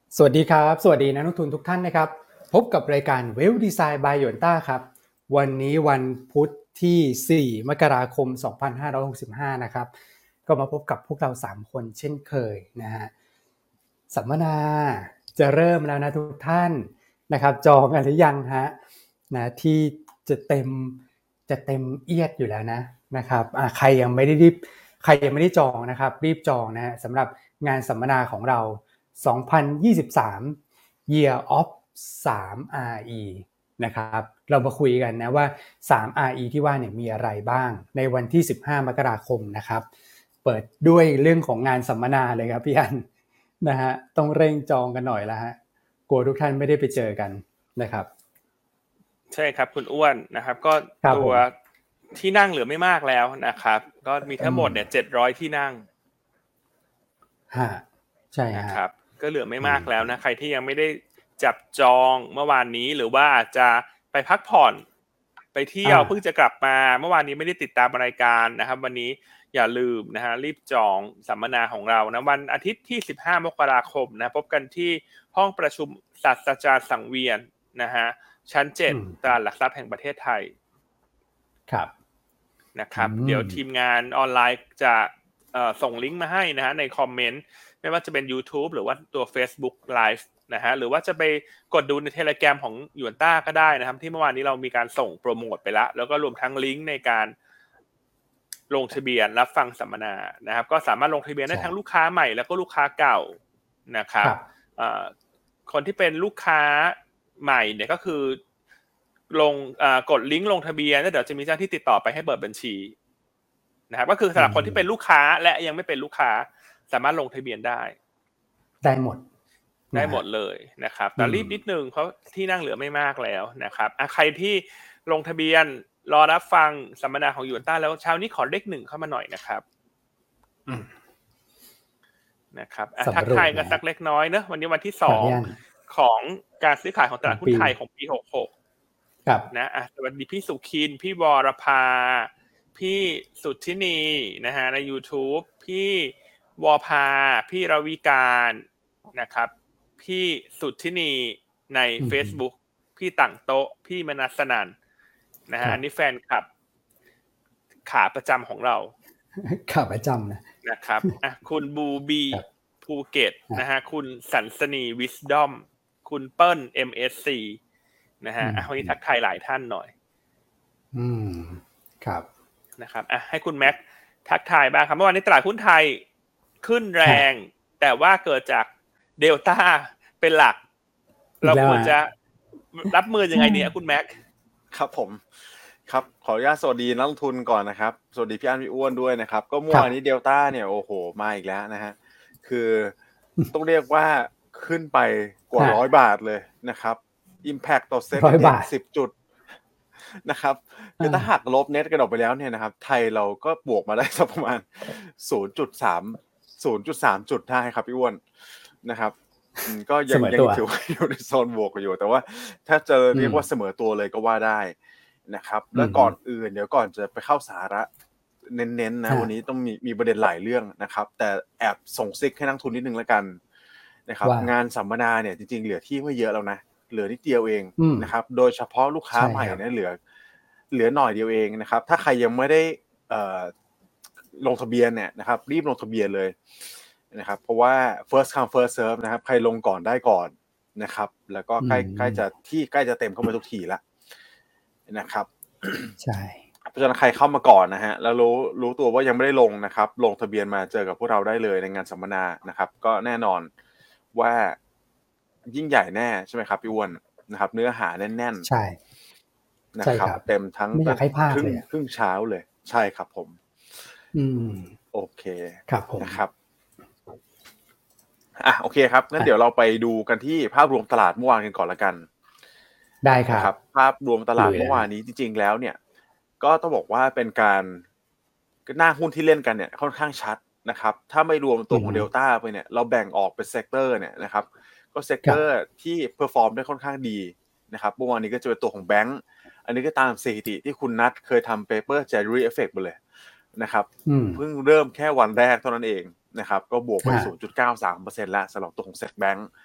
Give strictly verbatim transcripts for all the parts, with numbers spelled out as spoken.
สวัสดีครับสวัสดีนักลงทุนทุกท่านนะครับพบกับรายการ Wealth Design by หยวนต้าครับวันนี้วันพุธที่สี่มกราคมสองพันห้าร้อยหกสิบห้านะครับก็มาพบกับพวกเราสามคนเช่นเคยนะฮะสัมมนาจะเริ่มแล้วนะทุกท่านนะครับจองกันหรือยังฮะนะที่จะเต็มจะเต็มเอียดอยู่แล้วนะนะครับอ่ะใครยังไม่ได้รีบใครยังไม่ได้จองนะครับรีบจองนะฮะสำหรับงานสัมมนาของเราสองพันยี่สิบสาม Year of ทรี อาร์ อี นะครับเรามาคุยกันนะว่า ทรี อาร์ อี ที่ว่าเนี่ยมีอะไรบ้างในวันที่สิบห้ามกราคมนะครับเปิดด้วยเรื่องของงานสัมมนาเลยครับพี่อันนะฮะต้องเร่งจองกันหน่อยแล้วฮะกลัวทุกท่านไม่ได้ไปเจอกันนะครับใช่ครับคุณอ้วนนะครับก็ตัวที่นั่งเหลือไม่มากแล้วนะครับก็มีทั้งหมดเนี่ยเจ็ดร้อยที่นั่งฮะใช่ฮะนะครับก็เหลือไม่มากแล้วนะใครที่ยังไม่ได้จับจองเมื่อวานนี้หรือว่าอาจจะไปพักผ่อนไปเที่ยวเพิ่งจะกลับมาเมื่อวานนี้ไม่ได้ติดตามรายการนะครับวันนี้อย่าลืมนะฮะรีบจองสัมมนาของเรานะวันอาทิตย์ที่สิบห้ามกราคมนะพบกันที่ห้องประชุมศาสตราจารย์สังเวียนนะฮะชั้นเจ็ดตลาดหลักทรัพย์แห่งประเทศไทยครับนะครับเดี๋ยวทีมงานออนไลน์จะส่งลิงก์มาให้นะฮะในคอมเมนต์ไม่ว่าจะเป็น YouTube หรือว่าตัว Facebook Live นะฮะหรือว่าจะไปกดดูใน Telegram ของหยวนต้าก็ได้นะครับที่เมื่อวานนี้เรามีการส่งโปรโมทไปแล้วแล้วก็รวมทั้งลิงก์ในการลงทะเบียนรับฟังสัมมนานะครับก็สามารถลงทะเบียนได้ทั้งลูกค้าใหม่แล้วก็ลูกค้าเก่านะครับคนที่เป็นลูกค้าใหม่เนี่ยก็คือลงกดลิงก์ลงทะเบียนแล้วเดี๋ยวจะมีเจ้าที่ติดต่อไปให้เปิดบัญชีนะครับก็คือสำหรับคนที่เป็นลูกค้าและยังไม่เป็นลูกค้าสามารถลงทะเบียนได้ได้หมดได้หมดเลยนะครับแต่รีบนิดนึงเพราะที่นั่งเหลือไม่มากแล้วนะครับใครที่ลงทะเบียนรอรับฟังสัมมนาของหยวนต้าแล้วเช้านี้ขอเลขหนึ่งเข้ามาหน่อยนะครับนะครับทักทายกันสักเล็กน้อยเนอะวันนี้วันที่สองของการซื้อขายของตลาดหุ้นไทยของปีหกหกนะสวัสดีพี่สุขินพี่วรภาพี่สุทธินีนะฮะใน YouTube พี่วอภาพี่รวิการนะครับพี่สุทธินีใน Facebook พี่ต่างโต๊ะพี่มนัสนันนะฮะอันนี้แฟนคลับขาประจำของเราขาประจำนะนะครับอ่ะคุณบูบีภูเก็ตนะฮะคุณสันสนีวิสดอมคุณเปิ้ล เอ็ม เอส ซี นะฮะอ่ะวันนี้ทักทายหลายท่านหน่อยอืมครับนะครับอ่ะให้คุณแม็กทักทายบ้างครับเมื่อวานนี้ตลาดหุ้นไทยขึ้นแรงแต่ว่าเกิดจากเดลต้าเป็นหลักเราควรจะรับมือยังไงดีคุณแม็กครับผมครับขออนุญาตสวัสดีนักลงทุนก่อนนะครับสวัสดีพี่อั้นพี่อ้วนด้วยนะครับก็เมื่อวานนี้เดลต้าเนี่ยโอ้โหมาอีกแล้วนะฮะคือต้องเรียกว่าขึ้นไปกว่าร้อยบาทเลยนะครับ impact ต่อเซ็ตสิบจุดนะครับคือถ้าหักลบเน็ตกันออกไปแล้วเนี่ยนะครับไทยเราก็บวกมาได้สักประมาณ ศูนย์จุดสาม ศูนย์จุดสาม จุดได้ครับพี่อ้วนนะครับก็ยังยังถือว่าอยู่ในโซนบวกอยู่แต่ว่าถ้าจะเรียกว่าเสมอตัวเลยก็ว่าได้นะครับแล้วก่อนอื่นเดี๋ยวก่อนจะไปเข้าสาระเน้นๆนะวันนี้ต้องมีมีประเด็นหลายเรื่องนะครับแต่แอบส่งซิกให้นักทุนนิดนึงแล้วกันนะครับงานสัมมนาเนี่ยจริงๆเหลือที่ไม่เยอะแล้วนะเหลือนิดเดียวเองนะครับโดยเฉพาะลูกค้าใหม่เนี่ยเหลือเหลือหน่อยเดียวเองนะครับถ้าใครยังไม่ได้ลงทะเบียนเนี่ยนะครับรีบลงทะเบียนเลยนะครับเพราะว่า first come first serve นะครับใครลงก่อนได้ก่อนนะครับแล้วก็ใกล้ใกล้จะที่ใกล้จะเต็มเข้ามาทุกทีละนะครับใช่เพราะฉะนั้นใครเข้ามาก่อนนะฮะแล้วรู้รู้ตัวว่ายังไม่ได้ลงนะครับลงทะเบียนมาเจอกับพวกเราได้เลยในงานสัมมนานะครับก็แน่นอนว่ายิ่งใหญ่แน่ใช่ไหมครับพี่อ้วนนะครับเนื้อหาแน่นๆใช่นะครับเต็มทั้งไม่อยากให้พลาดเลยครึ่งเช้าเลยใช่ครับผมอืมโอเคครับผมนะครับอ่ะโอเคครับงั้นเดี๋ยวเราไปดูกันที่ภาพรวมตลาดเมื่อวานกันก่อนละกันได้ครับภาพรวมตลาดเมื่อวานนี้จริงๆแล้วเนี่ยก็ต้องบอกว่าเป็นการหน้าหุ้นที่เล่นกันเนี่ยค่อนข้างชัดนะครับถ้าไม่รวมตัวของเดลต้าไปเนี่ยเราแบ่งออกเป็นเซกเตอร์เนี่ยนะครับก็เซกเตอร์ที่เพอร์ฟอร์มได้ค่อนข้างดีนะครับเมื่อวานนี้ก็จะเป็นตัวของแบงก์อันนี้ก็ตามสถิติที่คุณนัทเคยทำเปเปอร์ January Effect ไปเลยนะครับเพิ่งเริ่มแค่วันแรกเท่านั้นเองนะครับก็บวกไป ศูนย์จุดเก้าสามเปอร์เซ็นต์ แล้วสำหรับตัวของเซกแบงก์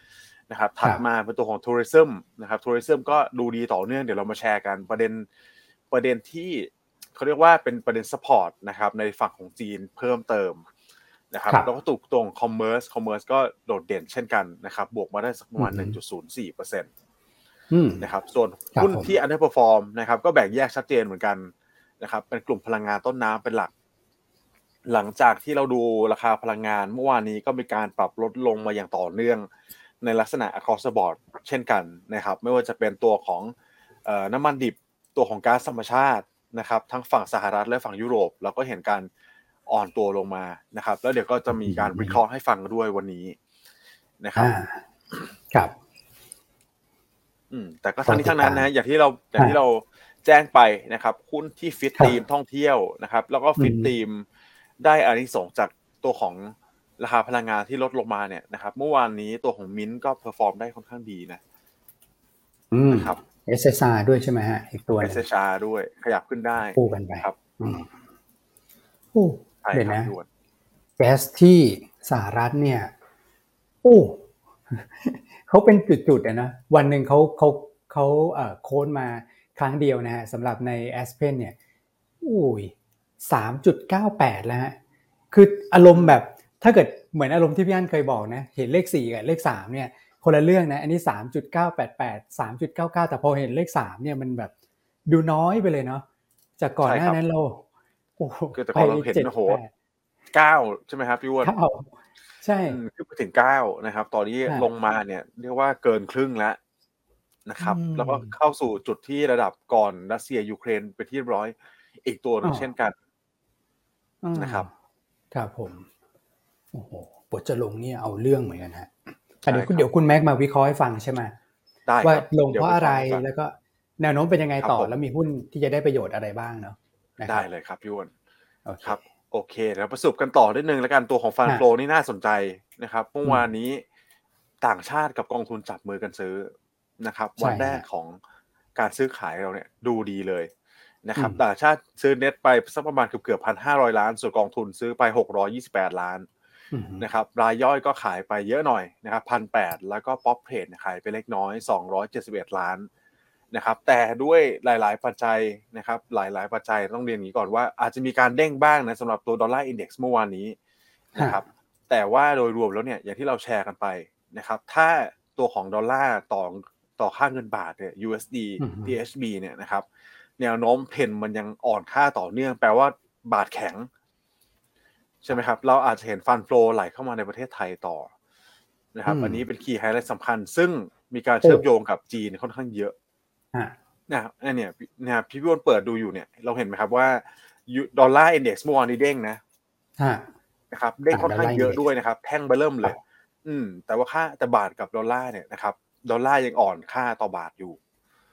นะครับถัดมาเป็นตัวของ tourism นะครับ tourism ก็ดูดีต่อเนื่องเดี๋ยวเรามาแชร์กันประเด็นประเด็นที่เขาเรียกว่าเป็นประเด็น support นะครับในฝั่งของจีนเพิ่มเติมนะครับแล้วก็ตุกตรง commerce commerce ก็โดดเด่นเช่นกันนะครับบวกมาได้สักประมาณ หนึ่งจุดศูนย์สี่เปอร์เซ็นต์ นะครับส่วนหุ้นที่ underperform นะครับก็แบ่งแยกชัดเจนเหมือนกันนะครับเป็นกลุ่มพลังงานต้นน้ำเป็นหลักหลังจากที่เราดูราคาพลังงานเมื่อวานนี้ก็มีการปรับลดลงมาอย่างต่อเนื่องในลักษณะ across the board เช่นกันนะครับไม่ว่าจะเป็นตัวของเอ่อน้ำมันดิบตัวของก๊าซธรรมชาตินะครับทั้งฝั่งสหรัฐและฝั่งยุโรปเราก็เห็นการอ่อนตัวลงมานะครับแล้วเดี๋ยวก็จะมีการวิเคราะห์ให้ฟังด้วยวันนี้นะครับครับอืมแต่ก็ทั้งนี้ทั้งนั้นนะอย่างที่เราอย่างที่เราแจ้งไปนะครับหุ้นที่ฟิตทีมท่องเที่ยวนะครับแล้วก็ฟิตทีมได้อานิสงส์จากตัวของราคาพลังงานที่ลดลงมาเนี่ยนะครับเมื่อวานนี้ตัวของมิ้นท์ก็เพอร์ฟอร์มได้ค่อนข้างดีนะนะครับ เอส เอส อาร์ ด้วยใช่ไหมฮะอีกตัวเอส เอส อาร์ ด้วยขยับขึ้นได้คู่กันไปครับโอ้เดี๋ยวนะแก๊สที่สหรัฐเนี่ยโอ้เขาเป็นจุดๆนะวันหนึ่งเขาเขาเขาเอ่อโค้ดมาครั้งเดียวนะฮะสำหรับใน Aspen เนี่ยอุ้ย สามจุดเก้าแปด แล้วฮะคืออารมณ์แบบถ้าเกิดเหมือนอารมณ์ที่พี่อั้นเคยบอกนะเห็นเลขสี่กับเลขสามเนี่ยคนละเรื่องนะอันนี้ สามจุดเก้าแปดแปด สามจุดเก้าเก้า แต่พอเห็นเลขสามเนี่ยมันแบบดูน้อยไปเลยเนาะจากก่อนหน้านั้นเราโอ้คือแต่ก่อนเราเห็นโหเก้าใช่ไหมครับพี่อ้วนเก้าใช่ขึ้นไปถึงเก้านะครับตอนนี้ลงมาเนี่ยเรียกว่าเกินครึ่งแล้วนะครับแล้วก็เข้าสู่จุดที่ระดับก่อนรัสเซียยูเครนไปที่เรียบร้อยอีกตัวนึงเช่นกันนะครับครับผมโอ้โหบทจะลงเนี่ยเอาเรื่องเหมือนกันฮะเดี๋ยวคุณเดี๋ยวคุณแม็กมาวิเคราะห์ให้ฟังใช่ไหมว่าลงเพราะอะไรแล้วก็แนวโน้มเป็นยังไงต่อแล้วมีหุ้นที่จะได้ประโยชน์อะไรบ้างเนาะได้เลยครับพี่อ้วนครับโอเคเดี๋ยวประสบกันต่อนิดนึงแล้วกันตัวของฟันโฟลนี่น่าสนใจนะครับเมื่อวานนี้ต่างชาติกับกองทุนจับมือกันซื้อนะครับวันแรกของการซื้อขายเราเนี่ยดูดีเลยนะครับต่างชาติซื้อเน็ตไปสักประมาณเกือบเกือบพันห้าร้อยล้านส่วนกองทุนซื้อไปหกร้อยยี่สิบแปดล้านนะครับรายย่อยก็ขายไปเยอะหน่อยนะครับพันแปดแล้วก็ป๊อปเทรดขายไปเล็กน้อยสองร้อยเจ็ดสิบเอ็ดล้านนะครับแต่ด้วยหลายๆปัจจัยนะครับหลายๆปัจจัยต้องเรียนอย่างนี้ก่อนว่าอาจจะมีการเด้งบ้างนะสำหรับตัวดอลลาร์อินเด็กซ์เมื่อวานนี้นะครับแต่ว่าโดยรวมแล้วเนี่ยอย่างที่เราแชร์กันไปนะครับถ้าตัวของดอลลาร์ต่อต่อค่าเงินบาทเนี่ย ยู เอส ดี ที เอช บี เนี่ยนะครับแนวโน้มเพนมันยังอ่อนค่าต่อเนื่องแปลว่าบาทแข็งใช่ไหมครับเราอาจจะเห็นฟันโฟลไหลเข้ามาในประเทศไทยต่อนะครับอันนี้เป็นคีย์ไฮไลท์สำคัญซึ่งมีการเชื่อมโยงกับจีนค่อนข้างเยอะนะเนี่ยเนี่ยพี่พี่วอนเปิดดูอยู่เนี่ยเราเห็นไหมครับว่าดอลลาร์อินเด็กซ์เมื่อวานนี้เด้งนะนะครับเด้งค่อนข้างเยอะด้วยนะครับแท่งเบอร์เริ่มเลยอืมแต่ว่าค่าแต่บาทกับดอลลาร์เนี่ยนะครับดอลลาร์ยังอ่อนค่าต่อบาทอยู่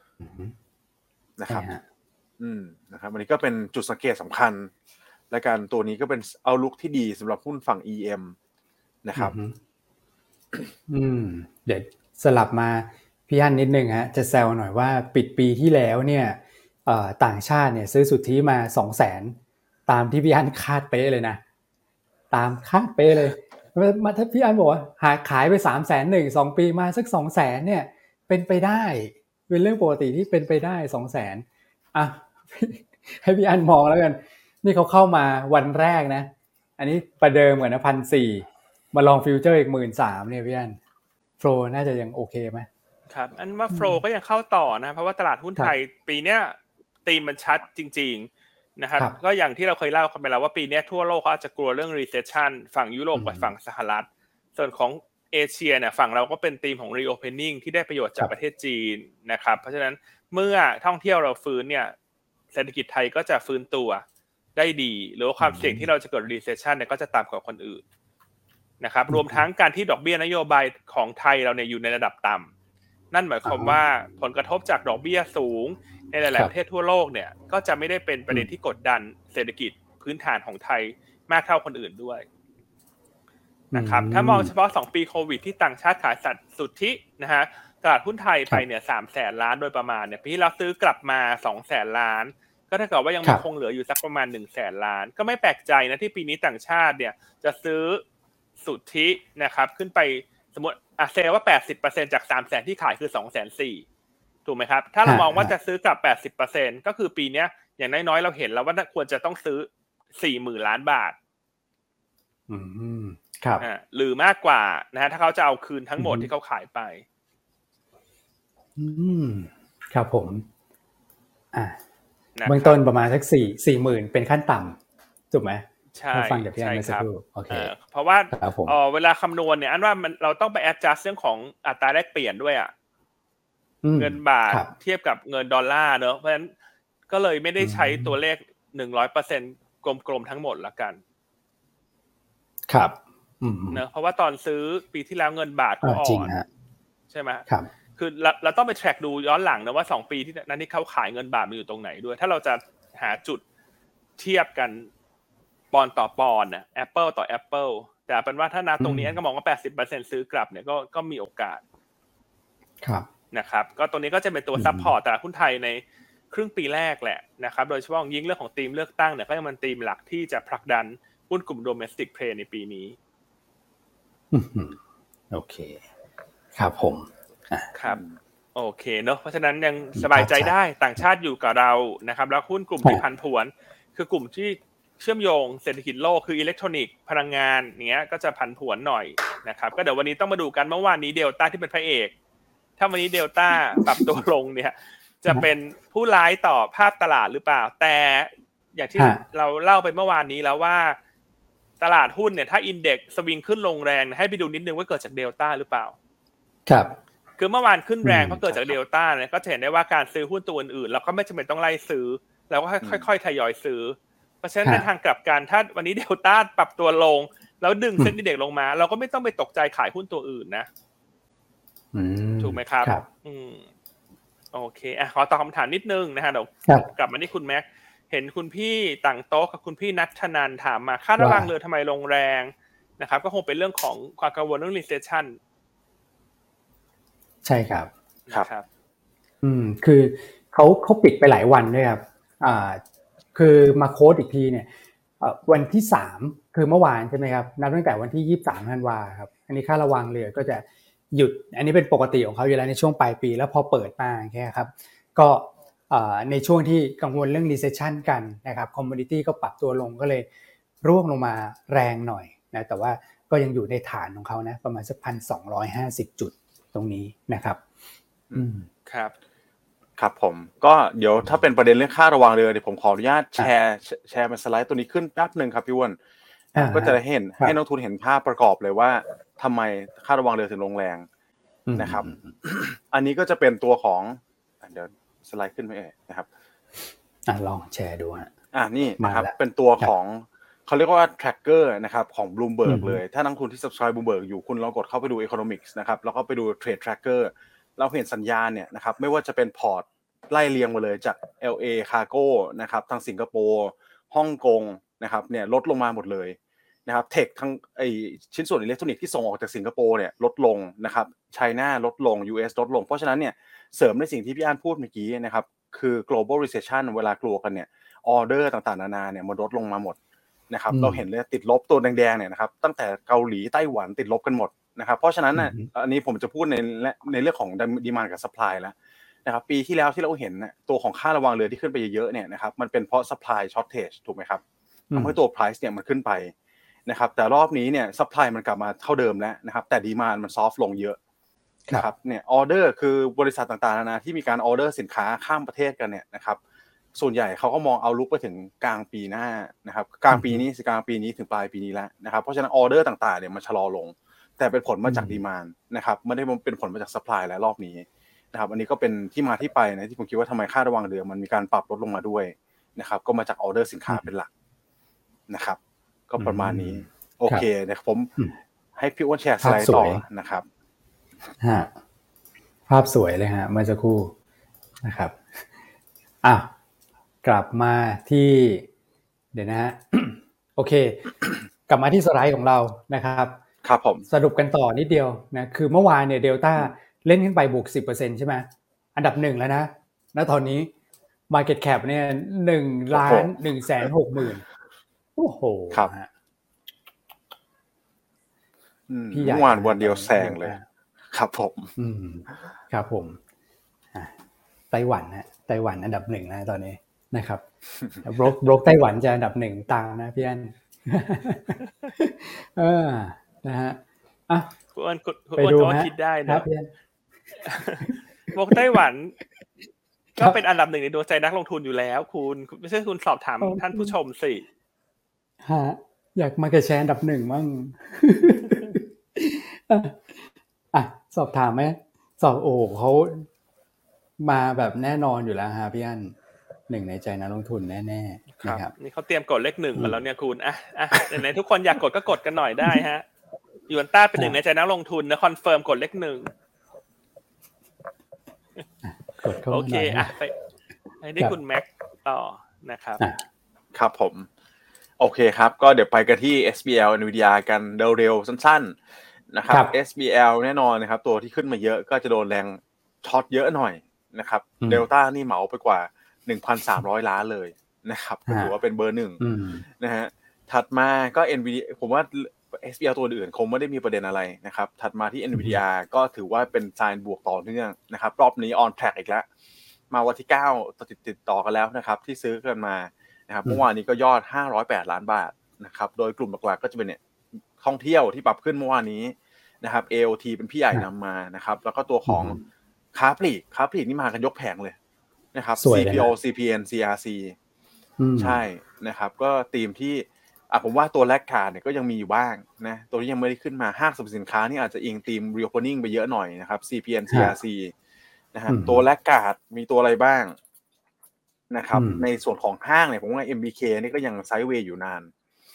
นะครับอืมนะครับอันนี้ก็เป็นจุดสังเกตสำคัญและการตัวนี้ก็เป็นเอาลุกที่ดีสำหรับหุ้นฝั่ง อี เอ็ม นะครับอืมเดี๋ยวสลับมาพี่อั้นนิดนึงฮะจะแซวหน่อยว่าปิดปีที่แล้วเนี่ยเอ่อต่างชาติเนี่ยซื้อสุทธิมา สองแสน ตามที่พี่อั้นคาดเป๊ะเลยนะตามคาดเป๊ะเลยมาถ้าพี่อั้นบอกว่าหาขายไป สามแสนหนึ่ง สองปีมาสัก สองแสน เนี่ยเป็นไปได้เป็นเรื่องปกติที่เป็นไปได้ สองแสน อ่ะให้พี่อั้นมองแล้วกันนี่เขาเข้ามาวันแรกนะอันนี้ประเดิมเหมือนนะ หนึ่งพันสี่ร้อย มาลองฟิวเจอร์อีก หนึ่งหมื่นสามพัน เนี่ยพี่อั้นโฟลน่าจะยังโอเคไหมครับอันว่าโฟลก็ยังเข้าต่อนะเพราะว่าตลาดหุ้นไทยปีเนี้ยธีมมันชัดจริงๆนะครับก็อย่างที่เราเคยเล่ากันไปแล้วว่าปีนี้ทั่วโลกเขาอาจจะกลัวเรื่อง recession ฝั่งยุโรปกับฝั่งสหรัฐส่วนของเอเชียเนี่ยฝั่งเราก็เป็นธีมของ reopening ที่ได้ประโยชน์จากประเทศจีนนะครับเพราะฉะนั้นเมื่อท่องเที่ยวเราฟื้นเนี่ยเศรษฐกิจไทยก็จะฟื้นตัวได้ดีหรือว่าความเสี่ยงที่เราจะเกิด recession เนี่ยก็จะต่ำกว่าคนอื่นนะครับรวมทั้งการที่ดอกเบี้ยนโยบายของไทยเราเนี่ยอยู่ในระดับต่ำนั่นหมายความว่าผลกระทบจากดอกเบี้ยสูงในหลายๆประเทศทั่วโลกเนี่ยก็จะไม่ได้เป็นประเด็นที่กดดันเศรษฐกิจพื้นฐานของไทยมากเท่าคนอื่นด้วยนะครับถ้ามองเฉพาะสองปีโควิดที่ต่างชาติขายสัตว์สุทธินะฮะตลาดหุ้นไทยไปเนี่ย สามแสน ล้านโดยประมาณเนี่ยปีที่เราซื้อกลับมา สองแสน ล้านก็เท่ากับว่ายังมีคงเหลืออยู่สักประมาณ หนึ่งแสน ล้านก็ไม่แปลกใจนะที่ปีนี้ต่างชาติเนี่ยจะซื้อสุทธินะครับขึ้นไปสมมติอ่ะเซลว่า แปดสิบเปอร์เซ็นต์ จาก สามแสน ที่ขายคือ สองแสนสี่หมื่น ถูกไหมครับถ้าเรามองว่าจะซื้อกลับ แปดสิบเปอร์เซ็นต์ ก็คือปีเนี้ยอย่างน้อยๆเราเห็นแล้วว่าควรจะต้องซื้อ สี่หมื่น ล้านบาทอืมครับอ่าหรือมากกว่านะฮะถ้าเขาจะเอาคืนทั้งหมดที่เขาขายไปอืมครับผมอ่าเบื้องต้นประมาณสักสี่ สี่หมื่นเป็นขั้นต่ำถูกไหมใช่ฟังจากพี่อันเมื่อสักครู่โอเคเพราะว่าเออเวลาคำนวณเนี่ยอันว่ามันเราต้องไป adjust เรื่องของอัตราแลกเปลี่ยนด้วยอ่ะเงินบาทเทียบกับเงินดอลลาร์เนอะเพราะฉะนั้นก็เลยไม่ได้ใช้ตัวเลข หนึ่งร้อยเปอร์เซ็นต์ กลมๆทั้งหมดละกันครับเนอะเพราะว่าตอนซื้อปีที่แล้วเงินบาทก็อ่อนใช่ไหมครับคือเราเราต้องไป track ดูย้อนหลังนะว่าสองปีที่นั้นที่เขาขายเงินบาทมันอยู่ตรงไหนด้วยถ้าเราจะหาจุดเทียบกันปอนต่อปอนน่ะ Apple ต่อ Apple แต่เป็นว่าถ้านับตรงนี้อันก็มองว่า แปดสิบเปอร์เซ็นต์ ซื้อกลับเนี่ยก็ก็มีโอกาสครับนะครับก็ตรงนี้ก็จะเป็นตัวซัพพอร์ตตลาดหุ้นไทยในครึ่งปีแรกแหละนะครับโดยเฉพาะยิ่งเรื่องของธีมเลือกตั้งเนี่ยก็ยังเป็นธีมหลักที่จะผลักดันหุ้นกลุ่ม Domestic Play ในปีนี้โอเคครับผมครับโอเคเนอะเพราะฉะนั้นยังสบายใจได้ต่างชาติอยู่กับเรานะครับแล้วหุ้นกลุ่มที่ผันผวนคือกลุ่มที่เชื่อมโยงเศรษฐกิจโลกคืออิเล็กทรอนิกส์พลังงานเงี้ยก็จะผันผวนหน่อยนะครับก็เดี๋ยววันนี้ต้องมาดูกันเมื่อวานนี้เดลต้าที่เป็นพระเอกถ้าวันนี้เดลต้าปรับตัวลงเนี่ยจะเป็นผู้ร้ายต่อภาพตลาดหรือเปล่าแต่อย่างที่เราเล่าไปเมื่อวานนี้แล้วว่าตลาดหุ้นเนี่ยถ้าอินเด็กซ์สวิงขึ้นลงแรงให้ไปดูนิดนึงว่าเกิดจากเดลต้าหรือเปล่าครับคือเมื่อวานขึ้นแรงเพราะเกิดจากเดลต้าเนี่ยก็จะเห็นได้ว่าการซื้อหุ้นตัวอื่นๆเราก็ไม่จำเป็นต้องไล่ซื้อแล้วก็ค่อยๆทยอยซื้อเพราะฉะนั้นในทางกลับกันถ้าวันนี้เดลต้าปรับตัวลงแล้วดึงเซ็นดีเด็กลงมาเราก็ไม่ต้องไปตกใจขายหุ้นตัวอื่นนะถูกไหมครับอืมโอเคอ่ะขอตอบคำถามนิดนึงนะฮะเดี๋ยวกลับมาที่คุณแม็กเห็นคุณพี่ต่างโต๊ะกับคุณพี่นัทนันถามมาค่าระวังเรือทำไมลงแรงนะครับก็คงเป็นเรื่องของความกังวลเรื่อง recession ใช่ครับครับอืมคือเขาเขาปิดไปหลายวันด้วยครับอ่าคือมาโค้ดอีกทีเนี่ยวันที่สามคือเมื่อวานใช่ไหมครับนับตั้งแต่วันที่ยี่สิบสามธันวาครับอันนี้ค่าระวังเรือก็จะหยุดอันนี้เป็นปกติของเขาอยู่แล้วในช่วงปลายปีแล้วพอเปิดมาแค่ครับก็ในช่วงที่กังวลเรื่อง recession กันนะครับ commodity ก็ปรับตัวลงก็เลยร่วงลงมาแรงหน่อยนะแต่ว่าก็ยังอยู่ในฐานของเขานะประมาณสัก หนึ่งพันสองร้อยห้าสิบ จุดตรงนี้นะครับอืมครับครับผมก็เดี๋ยวถ้าเป็นประเด็นเรื่องค่าระวังเรือเดี๋ยวผมขออนุญาตแชร์แชร์เป็นสไลด์ตัวนี้ขึ้นแป๊บนึงครับพี่อ้วนก็จะได้เห็นให้นักทุนเห็นภาพประกอบเลยว่าทำไมค่าระวังเรือถึงลงแรงนะครับอันนี้ก็จะเป็นตัวของเดี๋ยวสไลด์ขึ้นไหมเอ่ยนะครับอ่ะลองแชร์ดูฮะอ่านี่นะครับเป็นตัวของเขาเรียกว่า tracker นะครับของ Bloomberg เลยถ้านักทุนที่ subscribe Bloomberg อยู่คุณลองกดเข้าไปดู Economics นะครับแล้วก็ไปดู Trade Tracker เราเห็นสัญญาณเนี่ยนะครับไม่ว่าจะเป็นพอร์ตไล่เรียงมาเลยจาก แอล เอ Cargo นะครับทางสิงคโปร์ฮ่องกงนะครับเนี่ยลดลงมาหมดเลยนะครับเทคทั้งไอชิ้นส่วนอิเล็กทรอนิกส์ที่ส่งออกจากสิงคโปร์เนี่ยลดลงนะครับไชน่าลดลง ยู เอส ลดลงเพราะฉะนั้นเนี่ยเสริมในสิ่งที่พี่อั้นพูดเมื่อกี้นะครับคือ global recession เวลากลัวกันเนี่ยออเดอร์ต่างๆนานาเนี่ยมันลดลงมาหมดนะครับเราเห็นเลยติดลบตัวแดงๆเนี่ยนะครับตั้งแต่เกาหลีไต้หวันติดลบกันหมดนะครับเพราะฉะนั้นน่ะอันนี้ผมจะพูดในในเรื่องของ demand กับ supply แล้วนะครับปีที่แล้วที่เราเห็นน่ะตัวของค่าระวังเรือที่ขึ้นไปเยอะๆเนี่ยนะครับมันเป็นเพราะ supply shortage ถูกไหมครับทำให้ตัว price เนี่ยมันขึ้นไปนะครับแต่รอบนี้เนี่ย supply มันกลับมาเท่าเดิมแล้วนะครับแต่ demand มัน soft ลงเยอะนะครับเนี่ยออเดอร์คือบริษัทต่างๆนานาที่มีการออเดอร์สินค้าข้ามประเทศกันเนี่ยนะครับส่วนใหญ่เขาก็มองเอาลุกไปถึงกลางปีหน้านะครับกลางปีนี้สิกลางปีนี้ถึงปลายปีนี้แล้วนะครับเพราะฉะนั้นออเดอร์ต่างๆเนี่ยมันชะลอลงแต่เป็นผลมาจากดีมานด์นะครับไม่ได้เป็นผลมาจากซัพพลายแล้วรอบนี้นะครับอันนี้ก็เป็นที่มาที่ไปนะที่ผมคิดว่าทำไมค่าระวังเรือมันมีการปรับลดลงมาด้วยนะครับก็มาจากออเดอร์สินค้าเป็นหลักนะครับก็ประมาณนี้โอเคนะครับผมให้พี่อ้วนแชร์สไลด์ต่อนะครับฮะภาพสวยเลยฮะเมื่อสักครู่นะครับอ่ะกลับมาที่เดี๋ยวนะฮะโอเคกลับมาที่สไลด์ของเรานะครับครับผมสรุปกันต่อนิดเดียวนะคือเมื่อวานเนี่ยเดลต้าเล่นขึ้นไปบวก สิบเปอร์เซ็นต์ ใช่ไหมอันดับหนึ่งแล้วนะณตอนนี้ market cap เนี่ยหนึ่งล้านหนึ่งแสนหกหมื่นโอ้โหครับพี่ใหญ่เมื่อวานวันเดียวแซงเลยครับผมอืมครับผมอ่ะไต้หวันนะไต้หวันอันดับหนึ่งนะตอนนี้นะครับบล็อกบล็อกไต้หวันจะอันดับหนึ่งตามนะพี่อันเออนะฮะอ่ะคุณอ้วนคุณอ้วนก็คิดได้นะบล็อกไต้หวันก็เป็นอันดับหนึ่งในดวงใจนักลงทุนอยู่แล้วคุณไม่ใช่คุณสอบถามท่านผู้ชมสิฮะอยากมาแกแชร์อันดับหนึ่งมั่งอ่ะสอบถามไหมสอบโอ้เขามาแบบแน่นอนอยู่แล้วฮะพี่อันหนึ่งในใจนักลงทุนแน่ๆนะครับนี่เขาเตรียมกดเลขหนึ่งกันแล้วเนี่ยคุณอ่ะอ่ะไหนๆทุกคนอยากกดก็กดกันหน่อยได้ฮะยูนต้าเป็นหนึ่งในใจนักลงทุนนะคอนเฟิร์มกดเลขหนึ่งโอเคอ่ะไปให้ได้คุณแม็กต่อนะครับครับผมโอเคครับก็เดี๋ยวไปกันที่ เอส บี แอล Nvidia กันเร็วๆสั้นๆนะครับ เอส บี แอล แน่นอนนะครับตัวที่ขึ้นมาเยอะก็จะโดนแรงช็อตเยอะหน่อยนะครับเดลต้านี่เหมาไปกว่า หนึ่งพันสามร้อย ล้านเลยนะครับก็ถือว่าเป็นเบอร์หนึ่งนะฮะถัดมาก็ Nvidia ผมว่า เอส บี แอล ตัวอื่นคงไม่ได้มีประเด็นอะไรนะครับถัดมาที่ Nvidia ก็ถือว่าเป็นไซน์บวกต่อเนื่องนะครับรอบนี้ on track อีกแล้วมาวันที่เก้าติดติดต่อกันแล้วนะครับที่ซื้อกันมานะครับเมื่อวานนี้ก็ยอดห้าร้อยแปดล้านบาทนะครับโดยกลุ่มหลักๆก็จะเป็นเนี่ยท่องเที่ยวที่ปรับขึ้นเมื่อวานนี้นะครับ เอ โอ ที เป็นพี่ใหญ่นำมานะครับแล้วก็ตัวของค้าปลีกค้าปลีกนี่มากันยกแผงเลยนะครับ ซี พี โอ ซี พี เอ็น ซี อาร์ ซี ใช่นะครับก็ธีมที่อ่ะผมว่าตัวแลกขาดเนี่ยก็ยังมีอยู่บ้างนะตัวที่ยังไม่ได้ขึ้นมาห้างสรรพสินค้านี่อาจจะอิงธีม reopening ไปเยอะหน่อยนะครับ ซี พี เอ็น ซี อาร์ ซี นะฮะตัวแลกขาดมีตัวอะไรบ้างนะครับในส่วนของห้างเนี่ยผมว่า เอ็ม บี เค นี่ก็ยังไซด์เวย์อยู่นาน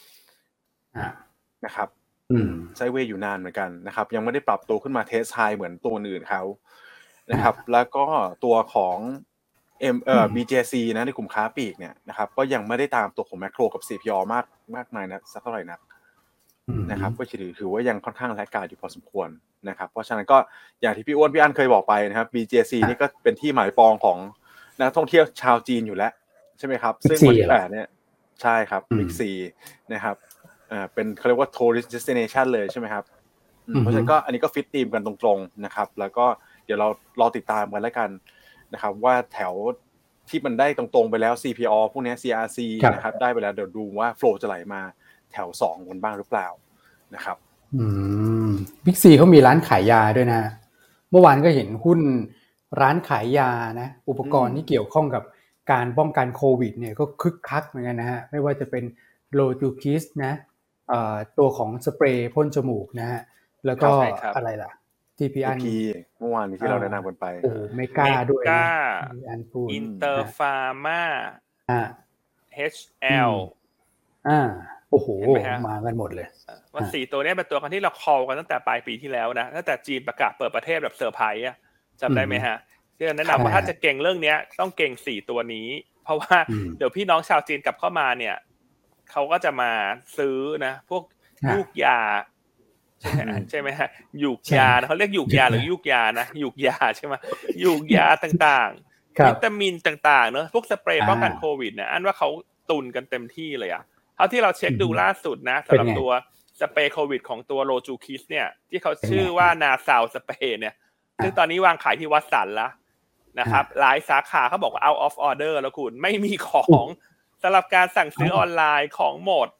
นะครับไซด์เวย์อยู่นานเหมือนกันนะครับยังไม่ได้ปรับตัวขึ้นมาเทสไฮเหมือนตัวอื่นเขานะครับแล้วก็ตัวของเอ็มเอ่อ บี เจ ซี นะในกลุ่มค้าปลีกเนี่ยนะครับก็ยังไม่ได้ตามตัวของแมคโครกับ ซี พี อ มากมากมายนะสักเท่าไหร่นักนะครับก็ถือถือว่ายังค่อนข้างแลกขาดอยู่พอสมควรนะครับเพราะฉะนั้นก็อย่างที่พี่อ้วนพี่อั้นเคยบอกไปนะครับ บี เจ ซี นี่ก็เป็นที่หมายปองของนักท่องเที่ยวชาวจีนอยู่แล้วใช่ไหมครับซึ่งวันที่แปดเนี่ยใช่ครับ Big C นะครับอ่าเป็นเขาเรียกว่า tourist destination เลยใช่ไหมครับเพราะฉะนั้นก็อันนี้ก็ฟิตธีมกันตรงๆนะครับแล้วก็เดี๋ยวเรารอติดตามกันแล้วกันนะครับว่าแถวที่มันได้ตรงๆไปแล้ว ซี พี อ พวกนี้ ซี อาร์ ซี นะครับได้ไปแล้วเดี๋ยวดูว่าโฟลว์จะไหลมาแถวสองกันบ้างหรือเปล่านะครับอืม Big C เขามีร้านขายยาด้วยนะเมื่อวานก็เห็นหุ้นร้านขายยานะอุปกรณ์ที่เกี่ยวข้องกับการป้องกันโควิดเนี่ยก็คึกคักเหมือนกันนะฮะไม่ว่าจะเป็นโลจูคิสนะเอ่อตัวของสเปรย์พ่นจมูกนะฮะแล้วก็อะไรล่ะที่พี่อันเมื่อวานนี้ที่เราแนะนำกันไปโอ้เมกาด้วยนะอันพูดอินเตอร์ฟาร์มาอ่าเอช แอลอ่าโอ้โหมากันหมดเลยว่าสี่ตัวนี้เป็นตัวกันที่เราคอลกันตั้งแต่ปลายปีที่แล้วนะตั้งแต่จีนประกาศเปิดประเทศแบบเซอร์ไพรส์อ่ะจำได้ไหมฮะที่แนะนำว่าถ้าจะเก่งเรื่องนี้ต้องเก่งสี่ตัวนี้เพราะว่าเดี๋ยวพี่น้องชาวจีนกลับเข้ามาเนี่ยเขาก็จะมาซื้อนะพวกยูกยาใช่ไหมฮะยูกยาเขาเรียกยูกยาหรือยูกยานะยูกยาใช่ไหมยูกยาต่างๆวิตามินต่างๆเนอะพวกสเปรย์ป้องกันโควิดเนี่ยอันว่าเขาตุนกันเต็มที่เลยอ่ะเท่าที่เราเช็คดูล่าสุดนะสำหรับตัวสเปรย์โควิดของตัวโลจูคิสเนี่ยที่เขาชื่อว่านาซาวสเปรย์เนี่ยซึ่งตอนนี้วางขายที่วัดสันแล้วนะครับหลายสาขาเขาบอกว่า out of order แล้วคุณไม่มีของสำหรับการสั่งซื้อออนไลน์ของหมด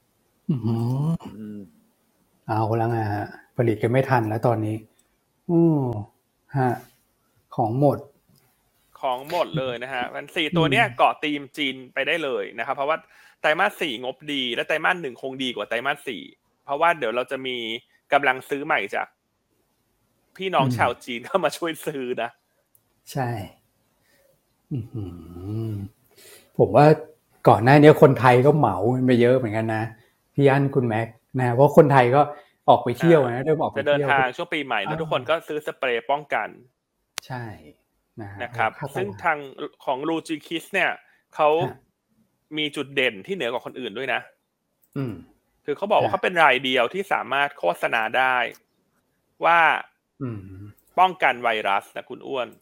เอาแล้วไงฮะผลิตกันไม่ทันแล้วตอนนี้อือฮะของหมดของหมดเลยนะฮะมันสี่ตัวเนี้ยเกาะธีมจีนไปได้เลยนะครับเพราะว่าไตรมาสสี่งบดีและไตรมาสหนึ่งคงดีกว่าไตรมาสสี่เพราะว่าเดี๋ยวเราจะมีกำลังซื้อใหม่จากพี่น้องชาวจีนเข้ามาช่วยซื้อนะใช่ผมว่าก่อนหน้านี้คนไทยก็เหมาไปเยอะเหมือนกันนะพี่อั้นคุณแม็กนะเพราะคนไทยก็ออกไปเที่ยวนะเริ่มออกไปเที่ยวจะเดินทางช่วงปีใหม่แล้วทุกคนก็ซื้อสเปรย์ป้องกันใช่นะครับซึ่งทางของลูจิคิสเนี่ยเขามีจุดเด่นที่เหนือกว่าคนอื่นด้วยนะคือเขาบอกว่าเขาเป็นรายเดียวที่สามารถโฆษณาได้ว่าป้องกันไวรัสนะคุณอ้วน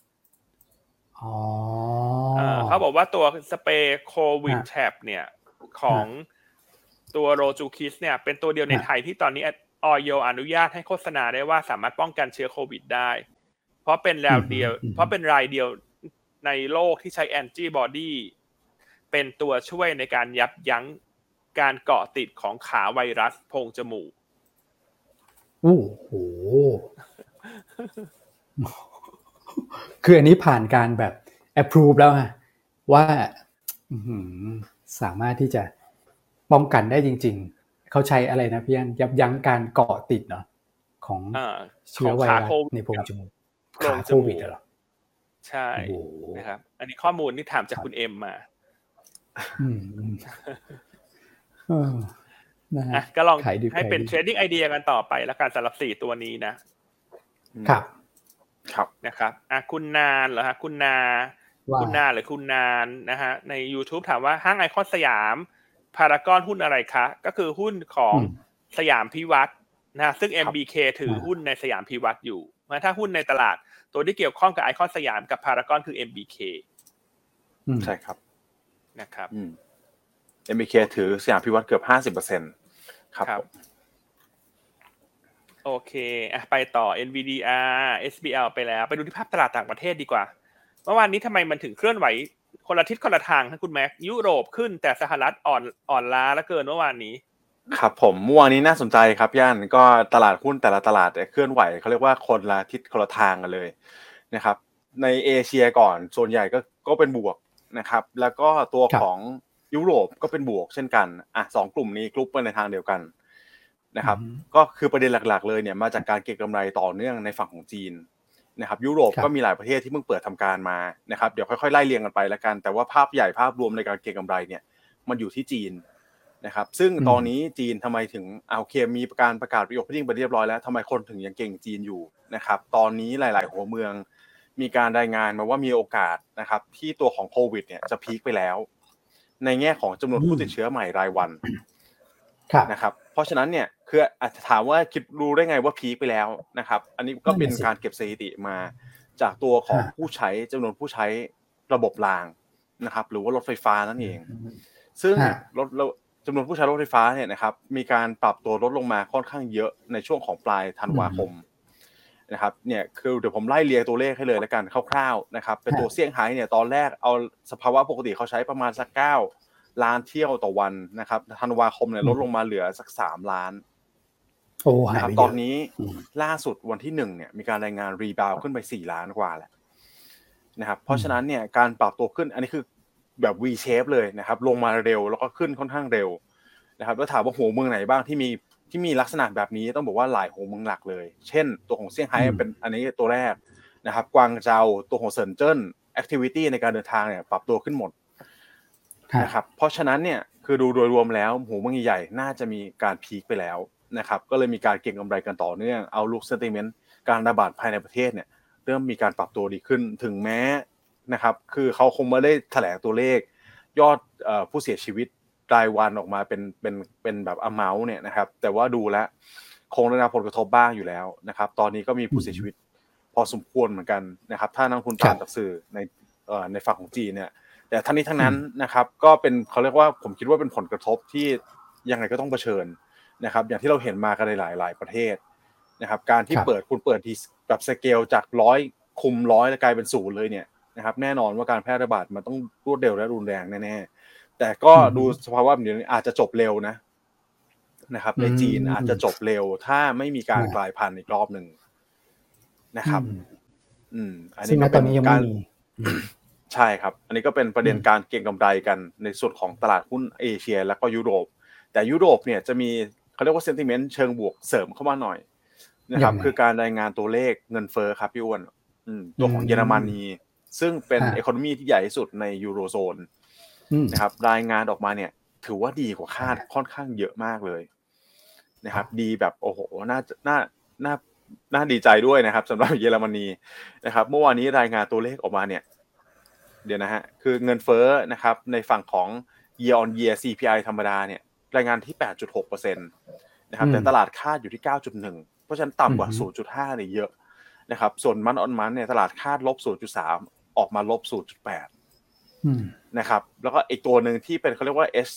เขาบอกว่าตัวสเปรย์โควิดแท็บเนี่ยของตัวโรจูคิสเนี่ยเป็นตัวเดียวในไทยที่ตอนนี้อย.อนุญาตให้โฆษณาได้ว่าสามารถป้องกันเชื้อโควิดได้เพราะเป็นรายเดียวเพราะเป็นรายเดียวในโลกที่ใช้แอนติบอดีเป็นตัวช่วยในการยับยั้งการเกาะติดของขาไวรัสโพรงจมูกโอ้โหคืออันนี้ผ่านการแบบ approve แล้วฮะว่าสามารถที่จะป้องกันได้จริงๆเขาใช้อะไรนะพี่อันยับยั้งการเกาะติดเนาะของเชื้อไวรัสในโพรงจมูกขาโควิดเหรอใช่นะครับอันนี้ข้อมูลนี่ถามจากคุณเอ็มมานะฮะก็ลองให้เป็นเทรดดิ้งไอเดียกันต่อไปแล้วกันสำหรับสี่ตัวนี้นะครับครับนะครับอ่ะคุณนานเหรอฮะคุณนาคุณนาหรือคุณนานนะฮะใน YouTube ถามว่าห้างไอคอนสยามพารากอนหุ้นอะไรคะก็คือหุ้นของสยามพิวัตรนะซึ่ง เอ็ม บี เค ถือหุ้นในสยามพิวัตรอยู่เพราะถ้าหุ้นในตลาดตัวที่เกี่ยวข้องกับไอคอนสยามกับพารากอนคือ เอ็ม บี เคใช่ครับนะครับเอ็ม บี เค ถือสยามพิวัตรเกือบ ห้าสิบเปอร์เซ็นต์ ครับโอเคอ่ะไปต่อ เอ็น วี ดี อาร์ เอส บี แอล ไปแล้วไปดูที่ภาพตลาดต่างประเทศดีกว่าเมื่อวานนี้ทำไมมันถึงเคลื่อนไหวคนละทิศคนละทางครับคุณแม็กยุโรปขึ้นแต่สหรัฐอ่อนอ่อนล้าแล้วเกินเมื่อวานนี้ครับผมเมื่อวานนี้น่าสนใจครับย่านก็ตลาดหุ้นแต่ละตลาดเคลื่อนไหวเขาเรียกว่าคนละทิศคนละทางกันเลยนะครับในเอเชียก่อนส่วนใหญ่ก็ก็เป็นบวกนะครับแล้วก็ตัวของยุโรปก็เป็นบวกเช่นกันอ่ะสองกลุ่มนี้กรุ๊ปไปในทางเดียวกันนะครับก็คือประเด็นหลักๆเลยเนี่ยมาจากการเก็งกำไรต่อเนื่องในฝั่งของจีนนะครับยุโรปก็มีหลายประเทศที่เพิ่งเปิดทำการมานะครับเดี๋ยวค่อยๆไล่เรียงกันไปแล้วกันแต่ว่าภาพใหญ่ภาพรวมในการเก็งกำไรเนี่ยมันอยู่ที่จีนนะครับซึ่งตอนนี้จีนทำไมถึงโอเคมีการประกาศ reopening ไปเรียบร้อยแล้วทำไมคนถึงยังเก่งจีนอยู่นะครับตอนนี้หลายๆหัวเมืองมีการรายงานมาว่ามีโอกาสนะครับที่ตัวของโควิดเนี่ยจะพีคไปแล้วในแง่ของจำนวนผู้ติดเชื้อใหม่รายวันนะครับเพราะฉะนั้นเนี่ยคืออาจจะถามว่าคิดรู้ได้ไงว่าพีคไปแล้วนะครับอันนี้ก็เป็นการเก็บสถิติมาจากตัวของผู้ใช้จำนวนผู้ใช้ระบบรางนะครับหรือว่ารถไฟฟ้านั่นเองซึ่งรถจำนวนผู้ใช้รถไฟฟ้าเนี่ยนะครับมีการปรับตัวลดลงมาค่อนข้างเยอะในช่วงของปลายธันวาคมนะครับเนี่ยคือเดี๋ยวผมไล่เรียงตัวเลขให้เลยแล้วกันคร่าวๆนะครับเป็นตัวเซี่ยงไฮ้เนี่ยตอนแรกเอาสภาวะปกติเขาใช้ประมาณสักเก้าล้านเที่ยวต่อวันนะครับธันวาคมเนี่ยลดลงมาเหลือสักสามล้านโอ้หายไปเยอะตอนนี้ล่าสุดวันที่หนึ่งเนี่ยมีการรายงานรีบาวขึ้นไปสี่ล้านกว่าแหละนะครับเพราะฉะนั้นเนี่ยการปรับตัวขึ้นอันนี้คือแบบ V shape เลยนะครับลงมาเร็วแล้วก็ขึ้นค่อนข้างเร็วนะครับแล้วถามว่าหัวเมืองไหนบ้างที่มีที่มีลักษณะแบบนี้ต้องบอกว่าหลายหัวเมืองหลักเลยเช่นตัวของเซี่ยงไฮ้เป็นอันนี้ตัวแรกนะครับกวางเจาตัวของเซินเจิ้นแอคทิวิตี้ในการเดินทางเนี่ยปรับตัวขึ้นหมดนะครับเพราะฉะนั้นเนี่ยคือดูโดยรวมแล้วหัวเมืองใหญ่น่าจะมีการพีคไปแล้วนะครับก็เลยมีการเก็งกำไรกันต่อเนื่องเอาลุกเซนติเมนต์การระบาดภายในประเทศเนี่ยเริ่มมีการปรับตัวดีขึ้นถึงแม้นะครับคือเขาคงไม่ได้แถลงตัวเลขยอดผู้เสียชีวิตรายวันออกมาเป็นเป็นเป็นแบบ amount เนี่ยนะครับแต่ว่าดูแล้วคงได้รับผลกระทบบ้างอยู่แล้วนะครับตอนนี้ก็มีผู้เสียชีวิตพอสมควรเหมือนกันนะครับถ้านักลงทุนตามจากสื่อในเอ่อในฝั่งของจีนเนี่ยแต่ทั้งนี้ทั้งนั้นนะครับก็เป็นเขาเรียกว่าผมคิดว่าเป็นผลกระทบที่ยังไงก็ต้องเผชิญนะครับอย่างที่เราเห็นมากันในหลายๆประเทศนะครับการที่เปิดคุณเปิดทีแบบสเกลจากร้อยคุมร้อยแล้วกลายเป็นศูนย์เลยเนี่ยนะครับแน่นอนว่าการแพร่ระบาดมันต้องรวดเร็วและรุนแรงแน่ๆแต่ก็ดูสภาวะแบบนี้อาจจะจบเร็วนะนะครับในจีนอาจจะจบเร็วถ้าไม่มีการกลายพันธุ์อีกรอบหนึ่งนะครับอืมอันนี้ก็เป็นการใช่ครับอันนี้ก็เป็นประเด็นการเก็งกำไรกันในส่วนของตลาดหุ้นเอเชียและก็ยุโรปแต่ยุโรปเนี่ยจะมีเขาเรียกว่าเซนติเมนต์เชิงบวกเสริมเข้ามาหน่อยนะครับคือการรายงานตัวเลขเงินเฟ้อครับพี่อ้วนตัวของเยอรมนีซึ่งเป็นอีโคโนมีที่ใหญ่ที่สุดในยูโรโซนนะครับรายงานออกมาเนี่ยถือว่าดีกว่าคาดค่อนข้างเยอะมากเลยนะครับดีแบบโอ้โหน่าน่าน่าน่าดีใจด้วยนะครับสำหรับเยอรมนีนะครับเมื่อวานนี้รายงานตัวเลขออกมาเนี่ยเดี๋ยวนะฮะคือเงินเฟ้อนะครับในฝั่งของ year on year ซี พี ไอ ธรรมดาเนี่ยรายงานที่ แปดจุดหกเปอร์เซ็นต์ นะครับแต่ตลาดคาดอยู่ที่ เก้าจุดหนึ่ง เพราะฉะนั้นต่ำกว่า ศูนย์จุดห้า เนี่ยเยอะนะครับส่วนมันออนมันเนี่ยตลาดคาดลบ ศูนย์จุดสาม ออกมาลบ ศูนย์จุดแปด นะครับแล้วก็อีกตัวนึงที่เป็นเขาเรียกว่า S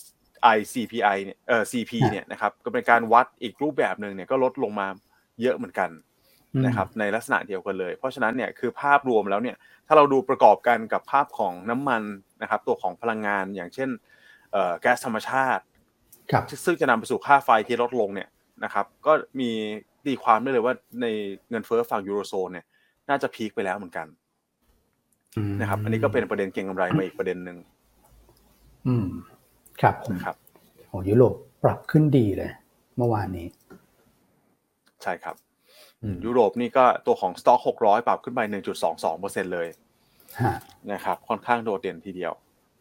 I ซี พี ไอ เนี่ยเอ่อ ซี พี เนี่ยนะครับก็เป็นการวัดอีกรูปแบบนึงเนี่ยก็ลดลงมาเยอะเหมือนกันนะครับในลักษณะเดียวกันเลยเพราะฉะนั้นเนี่ยคือภาพรวมแล้วเนี่ยถ้าเราดูประกอบกันกับภาพของน้ำมันนะครับตัวของพลังงานอย่างเช่นเอ่อแก๊สธรรมชาติซึ่งจะนำไปสู่ค่าไฟที่ลดลงเนี่ยนะครับก็มีตีความได้เลยว่าในเงินเฟ้อฝั่งยูโรโซนเนี่ยน่าจะพีคไปแล้วเหมือนกันนะครับอันนี้ก็เป็นประเด็นเก็งกำไรมาอีกประเด็นนึงอืมครับครับโอ้ยุโรปปรับขึ้นดีเลยเมื่อวานนี้ใช่ครับยุโรปนี่ก็ตัวของ Stock หกร้อยปรับขึ้นไป หนึ่งจุดสองสองเปอร์เซ็นต์ เลยนะครับค่อนข้างโดดเด่นทีเดียว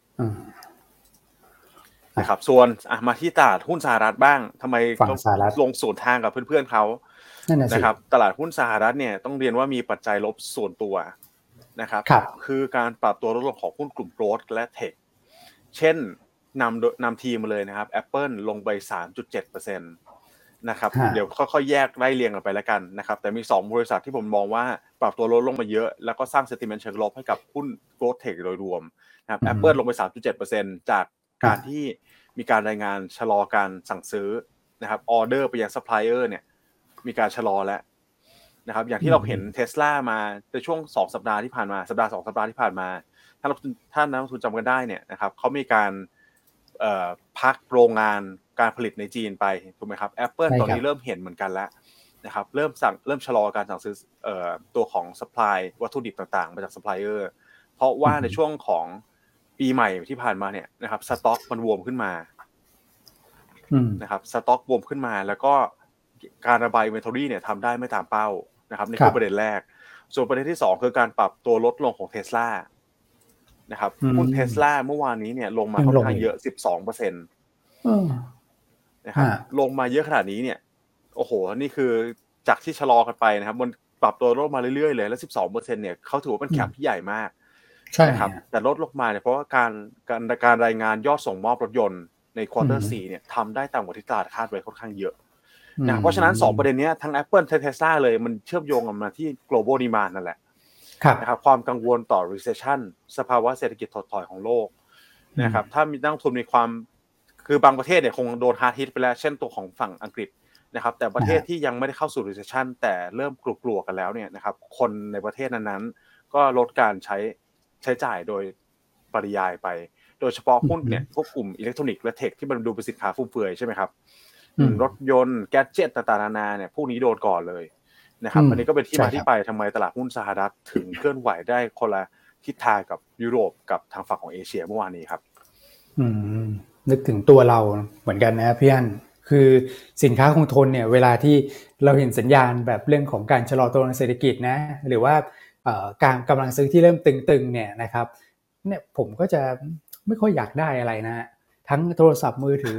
นะครับส่วนอ่ะมาที่ตลาดหุ้นสหรัฐบ้างทำไมลงสวนทางกับเพื่อนๆเขานะครับตลาดหุ้นสหรัฐเนี่ยต้องเรียนว่ามีปัจจัยลบส่วนตัวนะครับคือการปรับตัวลดลงของหุ้นกลุ่มโกลด์และเทคเช่นนำนำทีมมาเลยนะครับ Apple ลงไป สามจุดเจ็ดเปอร์เซ็นต์ นะครับเดี๋ยวค่อยๆแยกไล่เรียงกันไปแล้วกันนะครับแต่มีสองบริษัทที่ผมมองว่าปรับตัวลดลงมาเยอะแล้วก็สร้าง sentiment เชิงลบให้กับหุ้น growth tech โดยรวมนะครับ Apple ลงไป สามจุดเจ็ดเปอร์เซ็นต์ จากการที่มีการรายงานชะลอการสั่งซื้อนะครับออเดอร์ไปยังซัพพลายเออร์เนี่ยมีการชะลอแล้วนะครับอย่างที่เราเห็น Tesla มาในช่วงสองสัปดาห์ที่ผ่านมาสัปดาห์สองสัปดาห์ที่ผ่านมาถ้าเราถ้านักลงทุนจำกันได้เนี่ยนะครับเขามีการเอ่อพักโรงงานการผลิตในจีนไปถูกไหมครับ Apple ตอนนี้เริ่มเห็นเหมือนกันแล้วนะครับเริ่มสั่งเริ่มชะลอการสั่งซื้อเอ่อตัวของ supply วัตถุดิบต่างๆมาจาก supplier เพราะว่าในช่วงของปีใหม่ที่ผ่านมาเนี่ยนะครับสต็อกมันบวมขึ้นมานะครับสต็อกบวมขึ้นมาแล้วก็การระบาย inventory เนี่ยทำได้ไม่ตามเป้านะครับนี่คือประเด็นแรกส่วนประเด็นที่สองคือการปรับตัวลดลงของ Tesla นะครับหุ้น Tesla เมื่อวานนี้เนี่ยลงมาค่อนข้างเยอะ สิบสองเปอร์เซ็นต์ อือนะครับลงมาเยอะขนาดนี้เนี่ยโอ้โหนี่คือจากที่ชะลอกันไปนะครับมันปรับตัวลดมาเรื่อยๆเลยแล้ว สิบสองเปอร์เซ็นต์ เนี่ยเขาถือว่าเป็นแคปที่ใหญ่มากใช่ครับแต่ลดลงมาเนี่ยเพราะว่าการการการรายงานยอดส่งมอบรถยนต์ในควอเตอร์สี่เนี่ยทำได้ต่ำกว่าที่ตลาดคาดไว้ค่อนข้างเยอะนะเพราะฉะนั้นสองประเด็นนี้ทั้ง Apple ทั้ง Tesla เลยมันเชื่อมโยงกันมาที่ global demand นั่นแหละนะครับความกังวลต่อ recession สภาวะเศรษฐกิจถดถอยของโลกนะครับถ้ามีนักลงทุนมีความคือบางประเทศเนี่ยคงโดน hard hit ไปแล้วเช่นตัวของฝั่งอังกฤษนะครับแต่ประเทศที่ยังไม่ได้เข้าสู่ recession แต่เริ่มกลัวๆกันแล้วเนี่ยนะครับคนในประเทศนั้นๆก็ลดการใช้ใช้จ่ายโดยปริยายไปโดยเฉพาะหุ้นเนี่ยพวกกลุ่มอิเล็กทรอนิกส์และเทคที่มันดูเป็นสินค้าฟุ่มเฟือยใช่ไหมครับรถยนต์แกดเจ็ตต่างๆนานาเนี่ยพวกนี้โดนก่อนเลยนะครับอันนี้ก็เป็นที่มาที่ไปทำไมตลาดหุ้นสหรัฐถึงเคลื่อนไหวได้คนละทิศทางกับยุโรปกับทางฝั่งของเอเชียเมื่อวานนี้ครับอืมนึกถึงตัวเราเหมือนกันนะพี่อั้นคือสินค้าคงทนเนี่ยเวลาที่เราเห็นสัญญาณแบบเรื่องของการชะลอตัวทางเศรษฐกิจนะหรือว่าการกำลังซื้อที่เริ่มตึงๆเนี่ยนะครับเนี่ยผมก็จะไม่ค่อยอยากได้อะไรนะทั้งโทรศัพท์มือถือ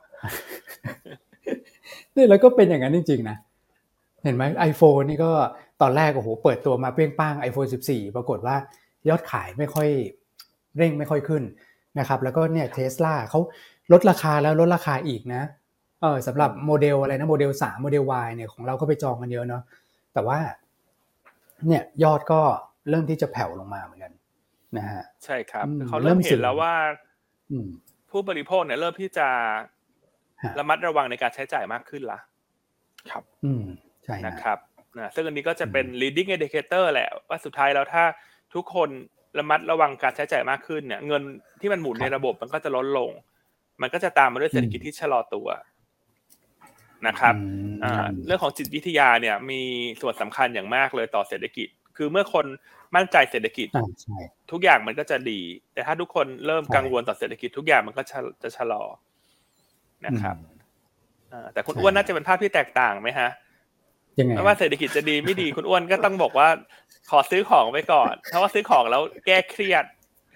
นี่แล้วก็เป็นอย่างนั้นจริงๆนะเห็นไหม iPhone นี่ก็ตอนแรกโอ้โหเปิดตัวมาเปรี้ยงป้าง iPhone สิบสี่ปรากฏว่ายอดขายไม่ค่อยเร่งไม่ค่อยขึ้นนะครับแล้วก็เนี่ย Tesla เขาลดราคาแล้วลดราคาอีกนะเออสำหรับโมเดลอะไรนะโมเดลสามโมเดล Y เนี่ยของเราก็ไปจองกันเยอะเนาะแต่ว่าเนี่ยยอดก็เริ่มที่จะแผ่วลงมาเหมือนกันนะฮะใช่ครับเขาเริ่มเห็นแล้วว่าผู้บริโภคเนี่ยเริ่มที่จะระมัดระวังในการใช้จ่ายมากขึ้นละครับอืมใช่นะครับนะซึ่งอันนี้ก็จะเป็น leading indicator แหละว่าสุดท้ายแล้วถ้าทุกคนระมัดระวังการใช้จ่ายมากขึ้นเนี่ยเงินที่มันหมุนในระบบมันก็จะลดลงมันก็จะตามมาด้วยเศรษฐกิจที่ชะลอตัวนะครับอ่าเรื่องของจิตวิทยาเนี่ยมีส่วนสำคัญอย่างมากเลยต่อเศรษฐกิจคือเมื่อคนมั่นใจเศรษฐกิจทุกอย่างมันก็จะดีแต่ถ้าทุกคนเริ่มกังวลต่อเศรษฐกิจทุกอย่างมันก็จะชะลอนะครับอ่าแต่คุณอ้วนน่าจะเป็นภาพที่แตกต่างไหมฮะไม่ว่าเศรษฐกิจจะดีไม่ดีคุณอ้วนก็ต้องบอกว่าขอซื้อของไปก่อนเพราะว่าซื้อของแล้วแก้เครียด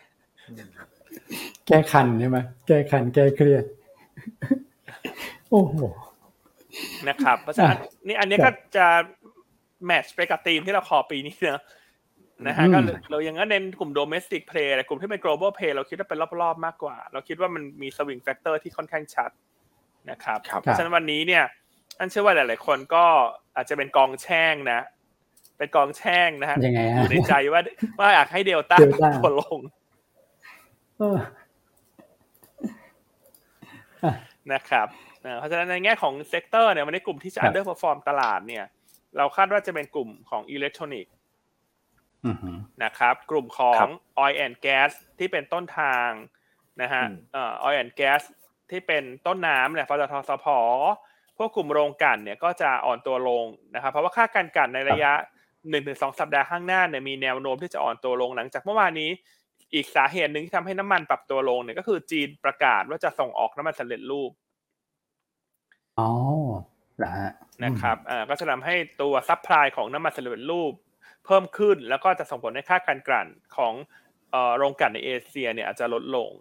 แก้คันใช่ไหมแก้คันแก้เครียดโอ้โหนะครับเพราะฉะนั้นนี่อันนี้ก็จะแมทช์ไปกับธีมที่เราขอปีนี้นะนะฮะก็เรายังเน้นกลุ่ม domestic play แต่กลุ่มที่เป็น global play เราคิดว่าเป็นรอบๆมากกว่าเราคิดว่ามันมี swing factor ที่ค่อนข้างชัดนะครับเพราะฉะนั้นวันนี้เนี่ยอันเชื่อว่าหลายๆคนก็อาจจะเป็นกองแช่งนะเป็นกองแช่งนะฮะอยู่ในใจว่าว่าอยากให้เดลต้าปรับตัวลงนะครับเพราะฉะนั้นในแง่ของเซกเตอร์เนี่ยวันนี้กลุ่มที่จะ underperform ตลาดเนี่ยเราคาดว่าจะเป็นกลุ่มของอิเล็กทรอนิกส์นะครับกลุ่มของ oil and gas ที่เป็นต้นทางนะฮะเอ่อ oil and gas ที่เป็นต้นน้ำเนี่ยปตท.สผ.พวกกลุ่มโรงกลั่นเนี่ยก็จะอ่อนตัวลงนะครับเพราะว่าค่าการกลั่นในระยะ หนึ่งถึงสอง สัปดาห์ข้างหน้าเนี่ยมีแนวโน้มที่จะอ่อนตัวลงหลังจากเมื่อวานนี้อีกสาเหตุหนึ่งที่ทำให้น้ำมันปรับตัวลงเนี่ยก็คือจีนประกาศว่าจะส่งออกน้ำมันสำเร็จรูปอ๋อเหรอฮะนะครับอ่าก็จะทำให้ตัวซัพพลายของน้ำมันสำเร็จรูปเพิ่มขึ้นแล้วก็จะส่งผลให้ค่าการกลั่นของเอ่อโรงกลั่นในเอเชียเนี่ยอาจจะลดลง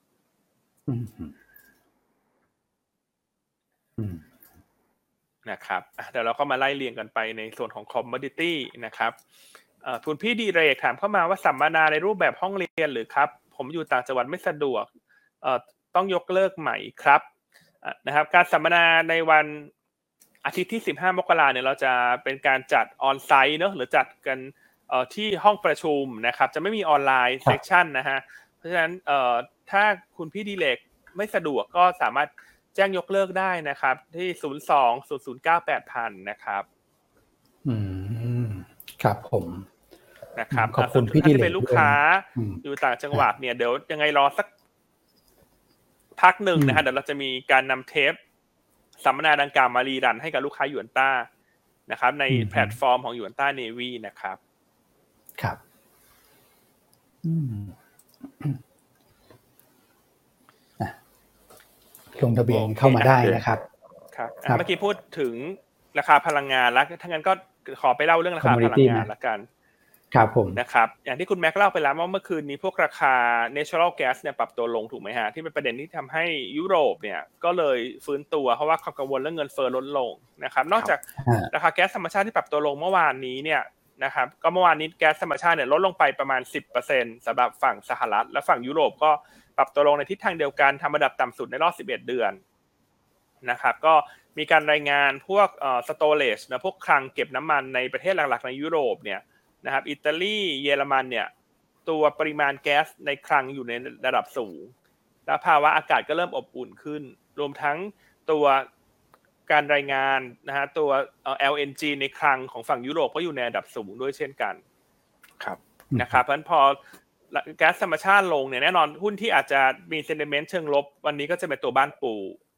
นะครับเดี๋ยวเราก็มาไล่เรียงกันไปในส่วนของ commodity นะครับทุนพี่ดีเรกถามเข้ามาว่าสัมมนาในรูปแบบห้องเรียนหรือครับผมอยู่ต่างจังหวัดไม่สะดวกต้องยกเลิกใหม่ครับนะครับการสัมมนาในวันอาทิตย์ที่สิบห้ามกราเนี่ยเราจะเป็นการจัดออนไซต์เนอะหรือจัดกันที่ห้องประชุมนะครับจะไม่มีออนไลน์เซสชั่นนะฮะเพราะฉะนั้นถ้าคุณพี่ดีเรกไม่สะดวกก็สามารถแจ้งยกเลิกได้นะครับที่ศูนย์ สอง ศูนย์ ศูนย์ เก้า แปด ศูนย์ ศูนย์นะครับอืมครับผมนะครับขอบคุณพี่ดีเรกเป็นลูกค้าอยู่ต่างจังหวัดเนี่ยเดี๋ยวยังไงรอสักพักหนึ่งนะฮะเดี๋ยวเราจะมีการนำเทปสัมมนาดังกล่าวมารีรันให้กับลูกค้าหยวนต้านะครับในแพลตฟอร์มของหยวนต้าเนวี่นะครับครับลงทะเบียนเข้ามาได้นะครับครับเมื่อกี้พูดถึงราคาพลังงานแล้วถ้างั้นก็ขอไปเล่าเรื่องราคาพลังงานละกันครับผมนะครับอย่างที่คุณแม็กเล่าไปแล้วว่าเมื่อคืนนี้พวกราคา natural gas เนี่ยปรับตัวลงถูกไหมฮะที่เป็นประเด็นที่ทำให้ยุโรปเนี่ยก็เลยฟื้นตัวเพราะว่าความกังวลเรื่องเงินเฟ้อลดลงนะครับนอกจากราคาแก๊สธรรมชาติที่ปรับตัวลงเมื่อวานนี้เนี่ยนะครับก็เมื่อวานนี้แก๊สธรรมชาติเนี่ยลดลงไปประมาณ สิบเปอร์เซ็นต์ สำหรับฝั่งสหรัฐและฝั่งยุโรปก็ปรับตัวลงในทิศทางเดียวกันทำระดับต่ำสุดในรอบสิบเอ็ดเดือนนะครับก็มีการรายงานพวกเอ่อ storage นะพวกคลังเก็บน้ำมันในประเทศหลักๆในยุโรปเนี่ยนะครับอิตาลีเยอรมันเนี่ยตัวปริมาณแก๊สในคลังอยู่ในระดับสูงและภาวะอากาศก็เริ่มอบอุ่นขึ้นรวมทั้งตัวการรายงานนะฮะตัว แอล เอ็น จี ในคลังของฝั่งยุโรปก็อยู่ในระดับสูงด้วยเช่นกันครับนะครับเพราะฉะนั้นพอแก๊สธรรมชาติลงเนี่ยแน่นอนหุ้นที่อาจจะมีเซนติเมนต์เชิงลบวันนี้ก็จะเป็นตัวบ้านปู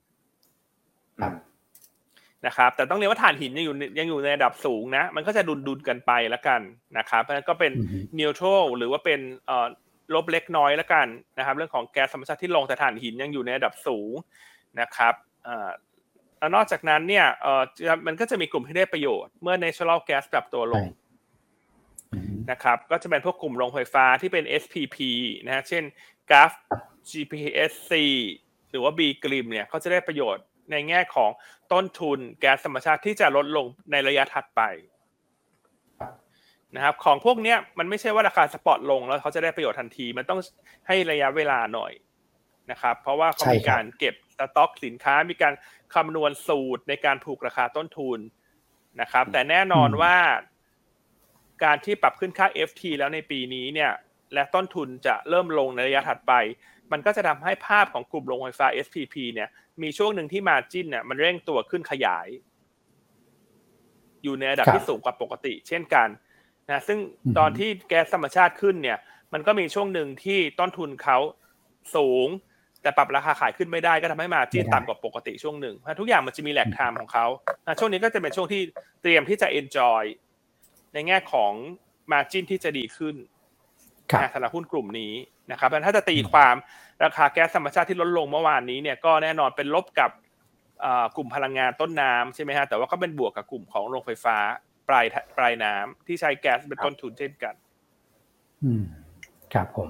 นะครับแต่ต้องเรียกว่าถ่านหินยังอยู่ยังอยู่ในระดับสูงนะมันก็จะดุลดุลกันไปแล้วกันนะครับเพราะฉะนั้นก็เป็นนิวทรัลหรือว่าเป็นเอ่อลบเล็กน้อยแล้วกันนะครับเรื่องของแก๊สธรรมชาติที่ลงแต่ถ่านหินยังอยู่ในระดับสูงนะครับเอ่อแล้วนอกจากนั้นเนี่ยเอ่อมันก็จะมีกลุ่มที่ได้ประโยชน์เมื่อ natural gas ปรับตัวลงนะครับก็จะเป็นพวกกลุ่มโรงไฟฟ้าที่เป็น เอส พี พี นะฮะเช่น จี เอ เอฟ จี พี เอส ซี หรือว่า B กริมเนี่ยเขาจะได้ประโยชน์ในแง่ของต้นทุนแก๊สธรรมชาติที่จะลดลงในระยะถัดไปนะครับของพวกนี้มันไม่ใช่ว่าราคาสปอตลงแล้วเขาจะได้ประโยชน์ทันทีมันต้องให้ระยะเวลาหน่อยนะครับเพราะว่าเขามีการเก็บสต็อกสินค้ามีการคำนวณสูตรในการผูกราคาต้นทุนนะครับแต่แน่นอนว่าการที่ปรับขึ้นค่า เอฟ ที แล้วในปีนี้เนี่ยและต้นทุนจะเริ่มลงในระยะถัดไปมันก็จะทำให้ภาพของกลุ่มโรงไฟฟ้า เอส พี พี เนี่ยมีช่วงหนึ่งที่ margin เนี่ยมันเร่งตัวขึ้นขยายอยู่ในระดับที่สูงกว่าปกติเช่นกันนะซึ่งตอนที่แก๊สธรรมชาติขึ้นเนี่ยมันก็มีช่วงหนึ่งที่ต้นทุนเขาสูงแต่ปรับราคาขายขึ้นไม่ได้ก็ทำให้ margin ต่ำกว่าปกติช่วงหนึ่งทุกอย่างมันจะมีแลกไทม์ของเขาช่วงนี้ก็จะเป็นช่วงที่เตรียมที่จะ enjoy ในแง่ของ margin ที่จะดีขึ้นสำหรับหุ้นกลุ่มนี้นะครับถ้าจะตีความราคาแก๊สธรรมชาติที่ลดลงเมื่อวานนี้เนี่ยก็แน่นอนเป็นลบกับกลุ่มพลังงานต้นน้ำใช่ไหมฮะแต่ว่าก็เป็นบวกกับกลุ่มของโรงไฟฟ้าปลายปลายน้ำที่ใช้แก๊สเป็นต้นทุนเช่นกันอืมครับผม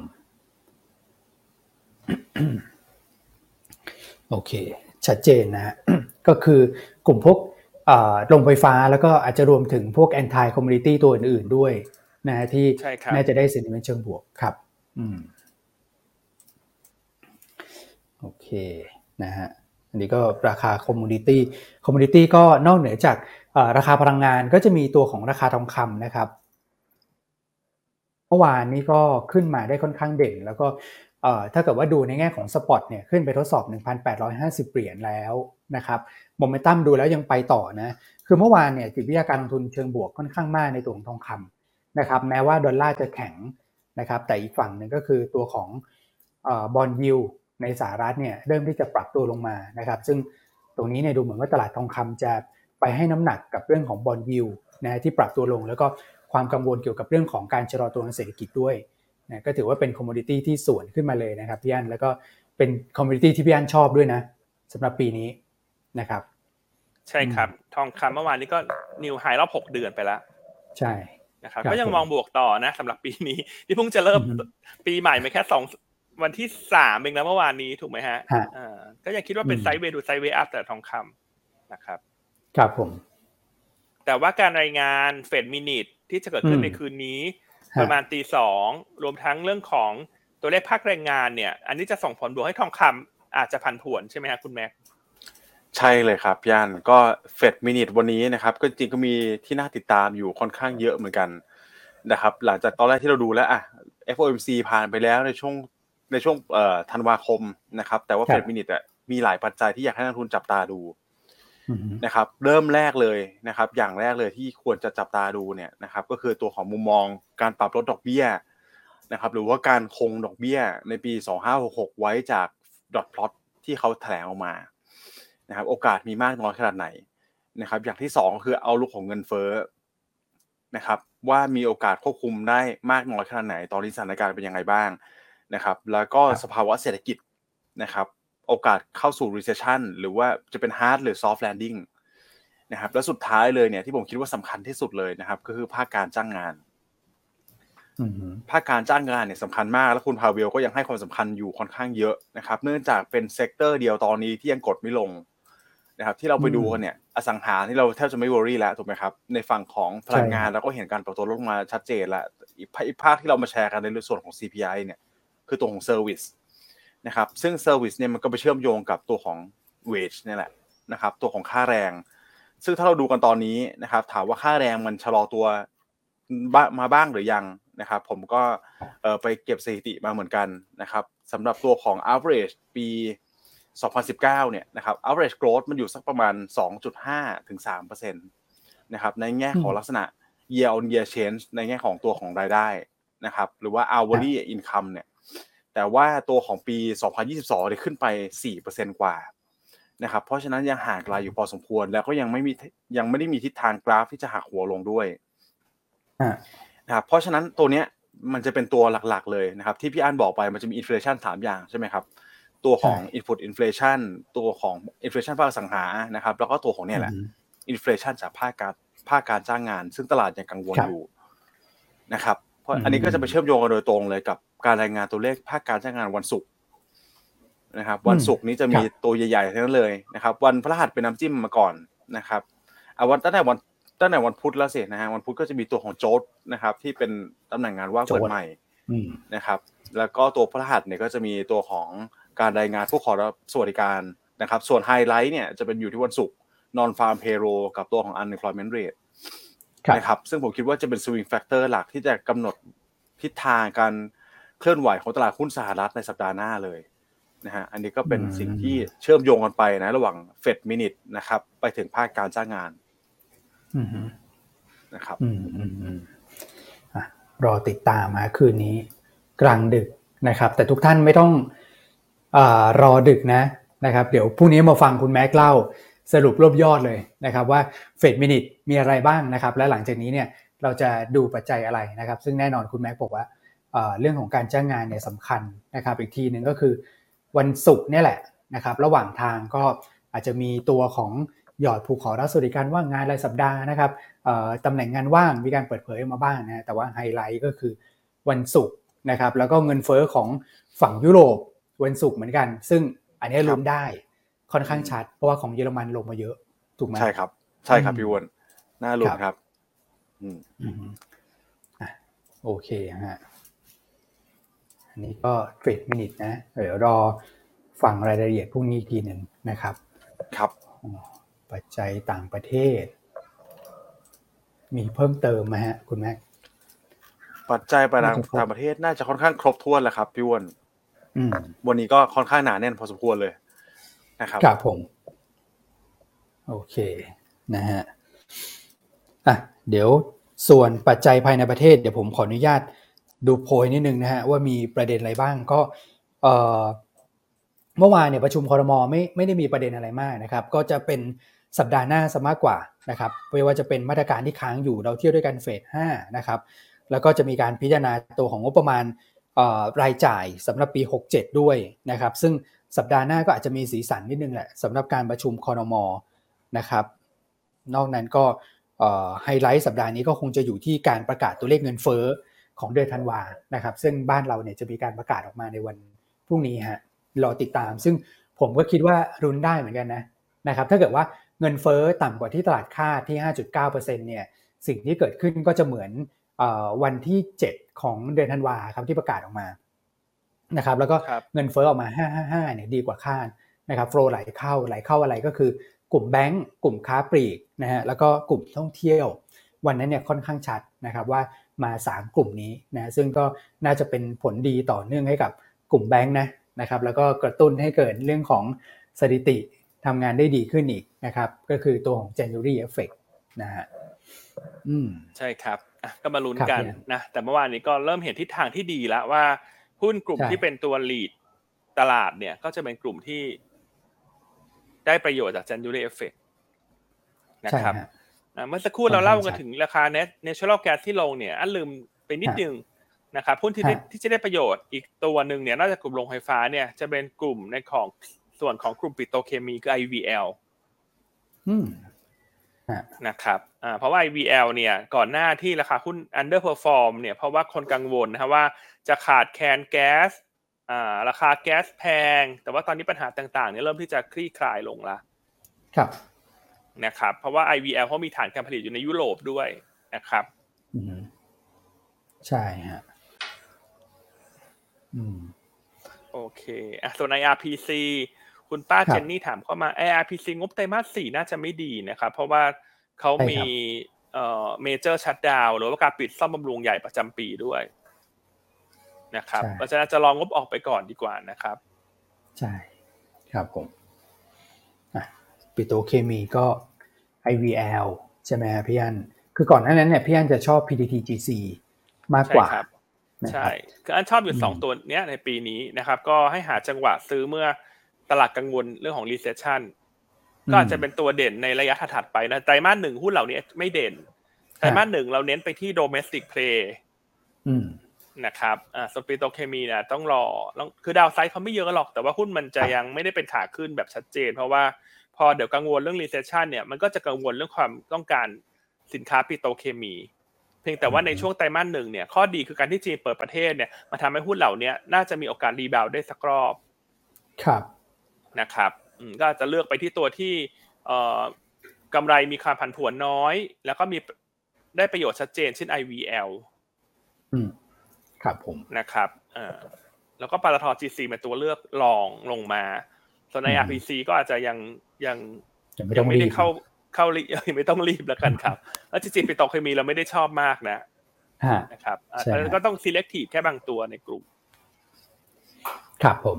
โอเคชัดเจนนะฮะ ก็คือกลุ่มพวกโรงไฟฟ้าแล้วก็อาจจะรวมถึงพวก anti commodity ตัวอื่นๆด้วยนะฮะที่น่าจะได้ sentiment เชิงบวกครับอืมโอเคนะฮะอันนี้ก็ราคา commodity commodity ก็นอกเหนือจากราคาพลังงานก็จะมีตัวของราคาทองคำนะครับเมื่อวานนี้ก็ขึ้นมาได้ค่อนข้างเด่นแล้วก็เอ่อถ้าเกิดว่าดูในแง่ของสปอตเนี่ยขึ้นไปทดสอบ หนึ่งพันแปดร้อยห้าสิบ เหรียญแล้วนะครับโมเมนตัมดูแล้วยังไปต่อนะคือเมื่อวานเนี่ยจิตวิทยาการลงทุนเชิงบวกค่อนข้างมากในตัวของทองคำนะครับแม้ว่าดอลลาร์จะแข็งนะครับแต่อีกฝั่งหนึ่งก็คือตัวของเอ่อบอนด์ยิลด์ในสหรัฐเนี่ยเริ่มที่จะปรับตัวลงมานะครับซึ่งตรงนี้เนี่ยดูเหมือนว่าตลาดทองคำจะไปให้น้ำหนักกับเรื่องของบอนด์ยิลด์นะที่ปรับตัวลงแล้วก็ความกังวลเกี่ยวกับเรื่องของการชะลอตัวทางเศรษฐกิจด้วยนะก็ถือว่าเป็นคอมโมดิตี้ที่สวนขึ้นมาเลยนะครับพี่อั้นแล้วก็เป็นคอมโมดิตี้ที่พี่อั้นชอบด้วยนะสำหรับปีนี้นะครับใช่ครับทองคำเมื่อวานนี้ก็นิวไฮรอบหกเดือนไปแล้วใช่นะครับก็ยังมองบวกต่อนะสำหรับปีนี้ที่เพิ่งจะเริ่มปีใหม่ไม่แค่สองวันที่สามเองนะเมื่อวานนี้ถูกไหมฮะอ่าก็ยังคิดว่าเป็นไซด์เวย์ดูไซด์เวย์อัพแต่ทองคำนะครับครับผมแต่ว่าการรายงานเฟดมินิทที่จะเกิดขึ้นในคืนนี้ประมาณตีสองรวมทั้งเรื่องของตัวเลขภาคแรงงานเนี่ยอันนี้จะส่งผลบวกให้ทองคำอาจจะผันผวนใช่ไหมครับคุณแม็กใช่เลยครับย่านก็เฟดมินิทวันนี้นะครับก็จริงก็มีที่น่าติดตามอยู่ค่อนข้างเยอะเหมือนกันนะครับหลังจากตอนแรกที่เราดูแล้วอ่ะ เอฟ โอ เอ็ม ซี ผ่านไปแล้วในช่วงในช่วงเอ่อธันวาคมนะครับแต่ว่าเฟดมินิทอ่ะมีหลายปัจจัยที่อยากให้นักลงทุนจับตาดูนะครับเริ่มแรกเลยนะครับอย่างแรกเลยที่ควรจะจับตาดูเนี่ยนะครับก็คือตัวของมุมมองการปรับลดดอกเบี้ยนะครับหรือว่าการคงดอกเบี้ยในปีสองพันห้าร้อยหกสิบหกไว้จากดอทพลอตที่เขาแถลงออกมานะครับโอกาสมีมากน้อยขนาดไหนนะครับอย่างที่สองคือเอาลุกของเงินเฟ้อนะครับว่ามีโอกาสควบคุมได้มากน้อยขนาดไหนตอนนี้สถานการณ์เป็นยังไงบ้างนะครับแล้วก็สภาวะเศรษฐกิจนะครับโอกาสเข้าสู่ recession หรือว่าจะเป็น hard หรือ soft landing นะครับแล้วสุดท้ายเลยเนี่ยที่ผมคิดว่าสำคัญที่สุดเลยนะครับก็คือภาคการจ้างงานภาคการจ้างงานเนี่ยสำคัญมากแล้วคุณพาเวลก็ยังให้ความสำคัญอยู่ค่อนข้างเยอะนะครับเนื่องจากเป็นเซกเตอร์เดียวตอนนี้ที่ยังกดไม่ลงนะครับที่เราไปดูกันเนี่ยอสังหาที่เราแทบจะไม่วอรี่แล้วถูกไหมครับในฝั่งของพลังงานเราก็เห็นการปรับตัวลงมาชัดเจนแล้วอีกภาคที่เรามาแชร์กันในส่วนของ ซี พี ไอ เนี่ยคือตัวของเซอร์วิสนะครับซึ่งเซอร์วิสเนี่ยมันก็ไปเชื่อมโยงกับตัวของ wage นี่แหละนะครับตัวของค่าแรงซึ่งถ้าเราดูกันตอนนี้นะครับถามว่าค่าแรงมันชะลอตัวมาบ้างหรือยังนะครับผมก็เอ่อไปเก็บสถิติมาเหมือนกันนะครับสำหรับตัวของ average ปีสองพันสิบเก้าเนี่ยนะครับ average growth มันอยู่สักประมาณ สองจุดห้าถึงสามเปอร์เซ็นต์ นะครับในแง่ของลักษณะ year on year change ในแง่ของตัวของรายได้นะครับหรือว่า hourly income เนี่ยแต่ว่าตัวของปีสองพันยี่สิบสองเนี่ยขึ้นไป สี่เปอร์เซ็นต์ กว่านะครับเพราะฉะนั้นยังห่างไกลอยู่พอสมควรแล้วก็ยังไม่มียังไม่ได้มีทิศทางกราฟที่จะหักหัวลงด้วยนะครับเพราะฉะนั้นตัวเนี้ยมันจะเป็นตัวหลักๆเลยนะครับที่พี่อั้นบอกไปมันจะมี inflation สามอย่างใช่ไหมครับตัวของ input inflation ตัวของ inflation ภาคอสังหานะครับแล้วก็ตัวของเนี่ยแหละ inflation จากภาคการภาคการจ้างงานซึ่งตลาดยังกังวลอยู่นะครับเพราะอันนี้ก็จะไปเชื่อมโยงกันโดยตรงเลยกับการรายงานตัวเลขภาคการจ้างงานวันศุกร์นะครับวันศุกร์นี้จะมีตัวใหญ่ๆทั้งนั้นเลยนะครับวันพฤหัสเป็นน้ำจิ้มมาก่อนนะครับเอาวันตั้งแต่วันตั้งแต่วันพุธแล้วสินะฮะวันพุธก็จะมีตัวของโจ๊กนะครับที่เป็นตำแหน่งงานว่างเปิดใหม่นะครับแล้วก็ตัวพฤหัสเนี่ยก็จะมีตัวของการรายงานผู้ขอรับสวัสดิการนะครับส่วนไฮไลท์เนี่ยจะเป็นอยู่ที่วันศุกร์ non farm payroll กับตัวของ unemployment rate นะครับซึ่งผมคิดว่าจะเป็น swing factor หลักที่จะกำหนดทิศทางการเคลื่อนไหวของตลาดหุ้นสหรัฐในสัปดาห์หน้าเลยนะฮะอันนี้ก็เป็นสิ่งที่เชื่อมโยงกันไปนะระหว่าง Fed Minute นะครับไปถึงภาคการจ้างงานนะครับรอติดตามมาคืนนี้กลางดึกนะครับแต่ทุกท่านไม่ต้องเอ่อรอดึกนะนะครับเดี๋ยวพรุ่งนี้มาฟังคุณแม็กเล่าสรุปรวบยอดเลยนะครับว่า Fed Minute มีอะไรบ้างนะครับและหลังจากนี้เนี่ยเราจะดูปัจจัยอะไรนะครับซึ่งแน่นอนคุณแม็กบอกว่าเอ่อเรื่องของการจ้างงานเนี่ยสำคัญนะครับอีกทีนึงก็คือวันศุกร์เนี่ยแหละนะครับระหว่างทางก็อาจจะมีตัวของยอดผู้ขอรับสวัสดิการว่างงานรายสัปดาห์นะครับเอ่อตำแหน่งงานว่างมีการเปิดเผยออกมาบ้างนะแต่ว่าไฮไลท์ก็คือวันศุกร์นะครับแล้วก็เงินเฟ้อของฝั่งยุโรปวันศุกร์เหมือนกันซึ่งอันนี้ลุ้นได้ค่อนข้างชัดเพราะว่าของเยอรมันลงมาเยอะถูกไหมใช่ครับใช่ครับพี่วอนน่าลุ้นครับอืมอ่ะโอเคฮะอันนี้ก็เทรดมินิทนะเดี๋ยวรอฟังรายละเอียดพรุ่งนี้อีกทีหนึ่งนะครับครับปัจจัยต่างประเทศมีเพิ่มเติมไหมฮะคุณแม็กปัจจัยต่างประเทศน่าจะค่อนข้างครบถ้วนแล้วครับพี่วอนอืมวันนี้ก็ค่อนข้างหนาแน่นพอสมควรเลยนะครับครับผมโอเคนะฮะอ่ะเดี๋ยวส่วนปัจจัยภายในประเทศเดี๋ยวผมขออนุญาตดูโพยนิดนึงนะฮะว่ามีประเด็นอะไรบ้างก็เอ่อเมื่อวานเนี่ยประชุมครม.ไม่ไม่ได้มีประเด็นอะไรมากนะครับก็จะเป็นสัปดาห์หน้าซะมากกว่านะครับไม่ว่าจะเป็นมาตรการที่ค้างอยู่เราเที่ยวด้วยกันเฟสห้านะครับแล้วก็จะมีการพิจารณาตัวของงบประมาณเอ่อรายจ่ายสำหรับปีหกสิบเจ็ดด้วยนะครับซึ่งสัปดาห์หน้าก็อาจจะมีสีสันนิดนึงแหละสำหรับการประชุมครม.นะครับนอกนั้นก็ไฮไลท์สัปดาห์นี้ก็คงจะอยู่ที่การประกาศตัวเลขเงินเฟ้อของเดือนธันวานะครับซึ่งบ้านเราเนี่ยจะมีการประกาศออกมาในวันพรุ่งนี้ฮะรอติดตามซึ่งผมก็คิดว่ารุนได้เหมือนกันนะนะครับถ้าเกิดว่าเงินเฟ้อต่ำกว่าที่ตลาดคาดที่ ห้าจุดเก้าเปอร์เซ็นต์ เนี่ยสิ่งที่เกิดขึ้นก็จะเหมือนวันที่เจ็ดของเดือนธันวาครับที่ประกาศออกมานะครับแล้วก็เงินเฟ้อออกมาห้า ห้า ห้าเนี่ยดีกว่าคาดนะครับโฟลว์ไหลเข้าไหลเข้าอะไรก็คือกลุ่มแบงก์กลุ่มค้าปลีกนะฮะแล้วก็กลุ่มท่องเที่ยววันนั้นเนี่ยค่อนข้างชัดนะครับว่ามาสามกลุ่มนี้นะซึ่งก็น่าจะเป็นผลดีต่อเนื่องให้กับกลุ่มแบงก์นะนะครับแล้วก็กระตุ้นให้เกิดเรื่องของสถิติทำงานได้ดีขึ้นอีกนะครับก็คือตัวของ January Effect นะฮะอืมใช่ครับอ่ะก็มาลุ้นกันนะแต่เมื่อวานนี้ก็เริ่มเห็นทิศทางที่ดีแล้วว่าหุ้นกลุ่มที่เป็นตัว lead ตลาดเนี่ยก็จะเป็นกลุ่มที่ได้ประโยชน์จาก January Effect นะครับเมื่อสักครู่เราเล่ากันถึงราคา Natural Gas ที่ลงเนี่ยอันลืมไปนิดนึงนะครับหุ้นที่ที่จะได้ประโยชน์อีกตัวนึงเนี่ยนอกจากกลุ่มโรงไฟฟ้าเนี่ยจะเป็นกลุ่มในของส่วนของกลุ่มปิโตรเคมีคือ ไอ วี แอลอืมนะครับอ่าเพราะว่า ไอ วี แอล เนี่ยก่อนหน้าที่ราคาหุ้น underperform เนี่ยเพราะว่าคนกังวลนะครับว่าจะขาดแคลนแก๊สอ่าราคาแก๊สแพงแต่ว่าตอนนี้ปัญหาต่างๆเนี่ยเริ่มที่จะคลี่คลายลงแล้วครับนะครับเพราะว่า ไอ วี แอล เขามีฐานการผลิตอยู่ในยุโรปด้วยนะครับอืมใช่ฮะอืมโอเคอ่ะส่วน ไอ อาร์ พี ซี คุณป้าเจนนี่ถามเข้ามา ไอ อาร์ พี ซี งบไตรมาสสี่น่าจะไม่ดีนะครับเพราะว่าเขามีเอ่อ major shutdown หรือว่าการปิดซ่อมบำรุงใหญ่ประจำปีด้วยนะครับเพราะฉะนั้นจะรองงบออกไปก่อนดีกว่านะครับใช่ครับผมอ่ะปิโตรเคมีก็ ไอ วี แอล ใช่ไหมพี่อันคือก่อนหน้านั้นเนี่ยพี่อันจะชอบ พี ที ที จี ซี มากกว่าใช่คืออันชอบอยู่สองตัวเนี้ยในปีนี้นะครับก็ให้หาจังหวะซื้อเมื่อตลาดกังวลเรื่องของ recession ก็อาจจะเป็นตัวเด่นในระยะถัดๆไปนะไตรมาสหนึ่งหุ้นเหล่านี้ไม่เด่นไตรมาสหนึ่งเราเน้นไปที่ domestic play นะครับอ่าส่วนปิโตรเคมีเนี่ยต้องรอคือดาวไซด์เขาไม่เยอะหรอกแต่ว่าหุ้นมันจะยังไม่ได้เป็นขาขึ้นแบบชัดเจนเพราะว่าพอเดี๋ยวกังวลเรื่อง recession เนี่ยมันก็จะกังวลเรื่องความต้องการสินค้าปิโตรเคมีเพียงแต่ว่าในช่วงไตรมาสหนึ่งเนี่ยข้อดีคือการที่จีนเปิดประเทศเนี่ยมันทำให้หุ้นเหล่านี้น่าจะมีโอกาสรีบาวด์ได้สักรอบครับนะครับก็จะเลือกไปที่ตัวที่เอ่อกำไรมีความผันผวนน้อยแล้วก็มีได้ประโยชน์ชัดเจนเช่น ไอ วี แอลอืมครับผมนะครับอ่าแล้วก็ปตท จี ซี เป็นตัวเลือกรองลงมาส่วน ไอ อาร์ พี ซี ก็อาจจะยังยังยังไม่ได้เข้าเข้ายังไม่ต้องรีบแล้วกันครับแล้วจริงๆปิโตรเคมีเราไม่ได้ชอบมากนะนะครับแล้วก็ต้อง selective แค่บางตัวในกลุ่มครับผม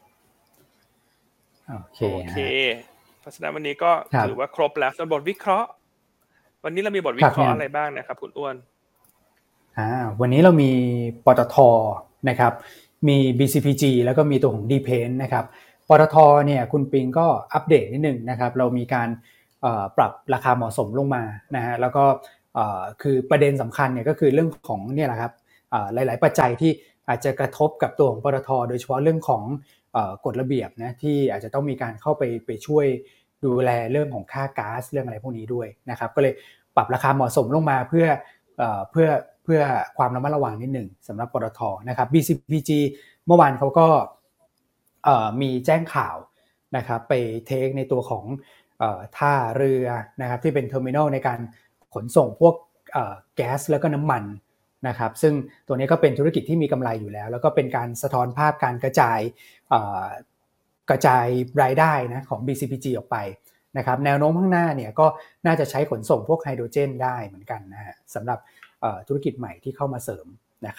โอเคโอเคเพราะฉะนั้นวันนี้ก็ถือว่าครบแล้วส่วนบทวิเคราะห์วันนี้เรามีบทวิเคราะห์อะไรบ้างนะครับคุณอ้วนอ่าวันนี้เรามีปตท.นะครับมี บี ซี พี จี แล้วก็มีตัวของ D-Paint นะครับปตท.เนี่ยคุณปิงก็อัปเดตนิดนึงนะครับเรามีการปรับราคาเหมาะสมลงมานะฮะแล้วก็คือประเด็นสำคัญเนี่ยก็คือเรื่องของเนี่ยแหละครับหลายๆปัจจัยที่อาจจะกระทบกับตัวของปตท.โดยเฉพาะเรื่องของกฎระเบียบนะที่อาจจะต้องมีการเข้าไปไปช่วยดูแลเรื่องของค่าก๊าซเรื่องอะไรพวกนี้ด้วยนะครับก็เลยปรับราคาเหมาะสมลงมาเพื่อเพื่อเพื่อความระมัดระวังนิดหนึ่งสำหรับปตท.นะครับ บี ซี พี จี เมื่อวานเขาก็มีแจ้งข่าวนะครับไปเทคในตัวของท่าเรือนะครับที่เป็นเทอร์มินอลในการขนส่งพวกแก๊สแล้วก็น้ำมันนะครับซึ่งตัวนี้ก็เป็นธุรกิจที่มีกำไรอยู่แล้วแล้วก็เป็นการสะท้อนภาพการกระจายกระจายรายได้นะของ บี ซี พี จี ออกไปนะครับแนวโน้มข้างหน้าเนี่ยก็น่าจะใช้ขนส่งพวกไฮโดรเจนได้เหมือนกันนะฮะสำหรับธุรกิจใหม่ที่เข้ามาเสริมนะครับ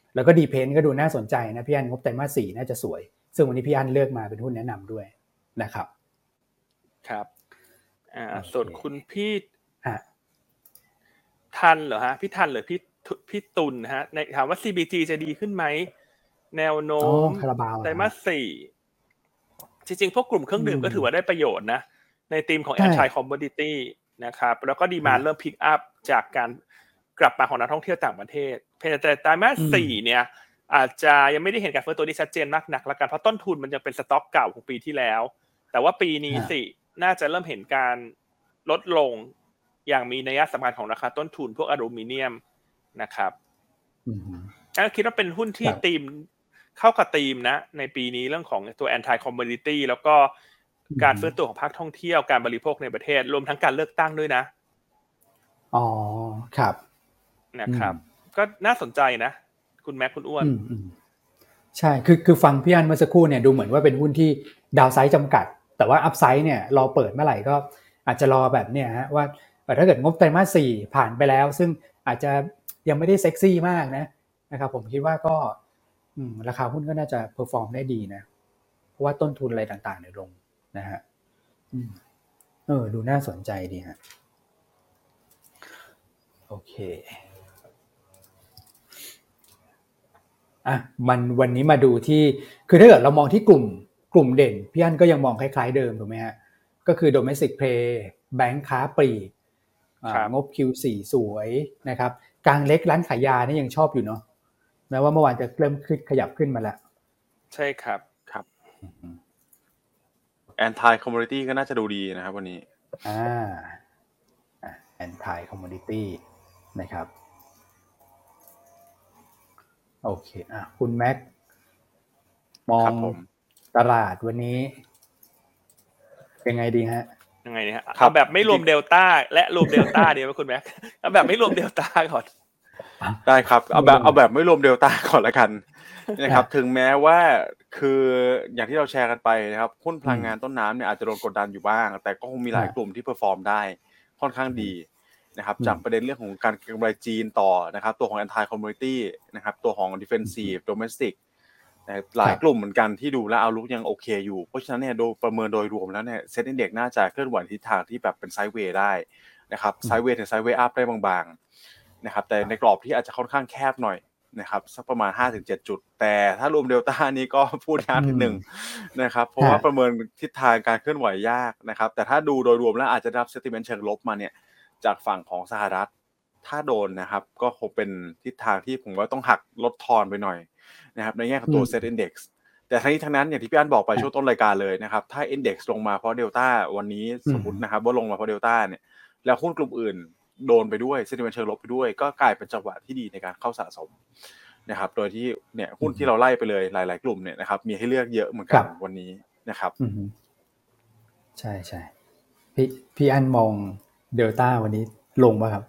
แล้วก็ดีเพนก็ดูน่าสนใจนะพี่อั้นงบไตรมาสสี่น่าจะสวยซึ่งวันนี้พี่อั้นเลือกมาเป็นหุ้นแนะนำด้วยนะครับครับอ่าส่วนคุณพี่อ่ะทันเหรอฮะพี่ทันหรือพี่พี่ตุลฮะในถามว่า ซี บี จี จะดีขึ้นไหมแนวโน้มไตรมาสสี่จริงๆพวกกลุ่มเครื่องดื่มก็ถือว่าได้ประโยชน์นะในธีมของ anti commodity นะครับแล้วก็ดีมานด์เริ่มพิกอัพจากการกลับมาของนักท่องเที่ยวต่างประเทศเพียงแต่ไตรมาสสี่เนี่ยอาจจะยังไม่ได้เห็นการฟื้นตัวที่ชัดเจนมากนักละกันเพราะต้นทุนมันยังเป็นสต็อกเก่าของปีที่แล้วแต่ว่าปีนี้สิน่าจะเริ่มเห็นการลดลงอย่างมีนัยสำคัญของราคาต้นทุนพวกอลูมิเนียมนะครับก็คิดว่าเป็นหุ้นที่ธีมเข้ากับธีมนะในปีนี้เรื่องของตัว anti commodity แล้วก็การฟื้นตัวของภาคท่องเที่ยวการบริโภคในประเทศรวมทั้งการเลือกตั้งด้วยนะอ๋อครับนะครับก็น่าสนใจนะคุณแม็กคุณอ้วนใช่คือคือฟังพี่อั้นเมื่อสักครู่เนี่ยดูเหมือนว่าเป็นหุ้นที่ดาวไซด์จำกัดแต่ว่าอัพไซด์เนี่ยรอเปิดเมื่อไหร่ก็อาจจะรอแบบเนี่ยฮะว่าถ้าเกิดงบไตรมาสสี่ผ่านไปแล้วซึ่งอาจจะยังไม่ได้เซ็กซี่มากนะนะครับผมคิดว่าก็ราคาหุ้นก็น่าจะเพอร์ฟอร์มได้ดีนะเพราะว่าต้นทุนอะไรต่างๆเนี่ยลงนะฮะเออดูน่าสนใจดีฮะโอเคอ่ะมันวันนี้มาดูที่คือถ้าเกิดเรามองที่กลุ่มกลุ่มเด่นพี่อั้นก็ยังมองคล้ายๆเดิมถูกไหมฮะก็คือ Domestic Play แบงค์ค้าปลีกงบ คิว โฟร์ สวยนะครับกลางเล็กร้านขายยานี่ยังชอบอยู่เนาะแม้ว่าเมื่อวานจะเริ่มขึ้นขยับขึ้นมาแล้วใช่ครับครับ Anti Commodity ก็น่าจะดูดีนะครับวันนี้อ่า Anti Commodity นะครับโอเคอ่ะคุณแม็กมองตลาดวันนี้เป็นไงดีฮะยังไงดีฮะเอาแบบไม่รวมเดลต้าและรวมเดลต้าดีมั้ยคุณแม็กเอาแบบไม่รวมเดลต้าก่อนได้ครับเอาแบบเอาแบบไม่รวมเดลต้าก่อนละกันนะครับถึงแม้ว่าคืออย่างที่เราแชร์กันไปนะครับหุ้นพลังงานต้นน้ำเนี่ยอาจจะโดนกดดันอยู่บ้างแต่ก็คงมีหลายกลุ่มที่เพอร์ฟอร์มได้ค่อนข้างดีนะครับจากประเด็นเรื่องของการกำไรจีนต่อนะครับตัวของ Anti Commodity นะครับตัวของ Defensive Domestic หลายกลุ่มเหมือนกันที่ดูแล้วเอาลุกยังโอเคอยู่เพราะฉะนั้นเนี่ยโดยประเมินโดยรวมแล้วเนี่ยเซ็ตอินเด็กซ์น่าจะเคลื่อนไหวทิศทางที่แบบเป็นไซด์เวย์ได้นะครับไซด์เวย์ถึงไซด์เวย์อัพได้บางๆนะครับแต่ในกรอบที่อาจจะค่อนข้างแคบหน่อยนะครับสักประมาณ ห้าถึงเจ็ด จุดแต่ถ้ารวมเดลต้านี้ก็พูดยากนิดนึงนะครับเพราะว่าประเมินทิศทางการเคลื่อนไหวยากนะครับแต่ถ้าดูโดยรวมแล้วอาจจะรับเซนติเมนต์เชิงลบมาเนี่ยจากฝั่งของสหรัฐถ้าโดนนะครับก็คงเป็นทิศทางที่ผมว่าต้องหักลดทอนไปหน่อยนะครับในแง่ของตัว Set Index แต่ทั้งนี้ทั้งนั้นอย่างที่พี่อั้นบอกไปช่วงต้นรายการเลยนะครับถ้า Index ลงมาเพราะเดลต้าวันนี้สมมุตินะครับว่าลงมาเพราะเดลต้าเนี่ยแล้วหุ้นกลุ่มอื่นโดนไปด้วยเซนติเมนต์เชิงลบไปด้วยก็กลายเป็นจังหวะที่ดีในการเข้าสะสมนะครับโดยที่เนี่ยหุ้นที่เราไล่ไปเลยหลายๆกลุ่มเนี่ยนะครับมีให้เลือกเยอะเหมือนกันวันนี้นะครับใช่ๆพี่พี่อั้นมองเดลต้าวันนี้ลงป่ะครับ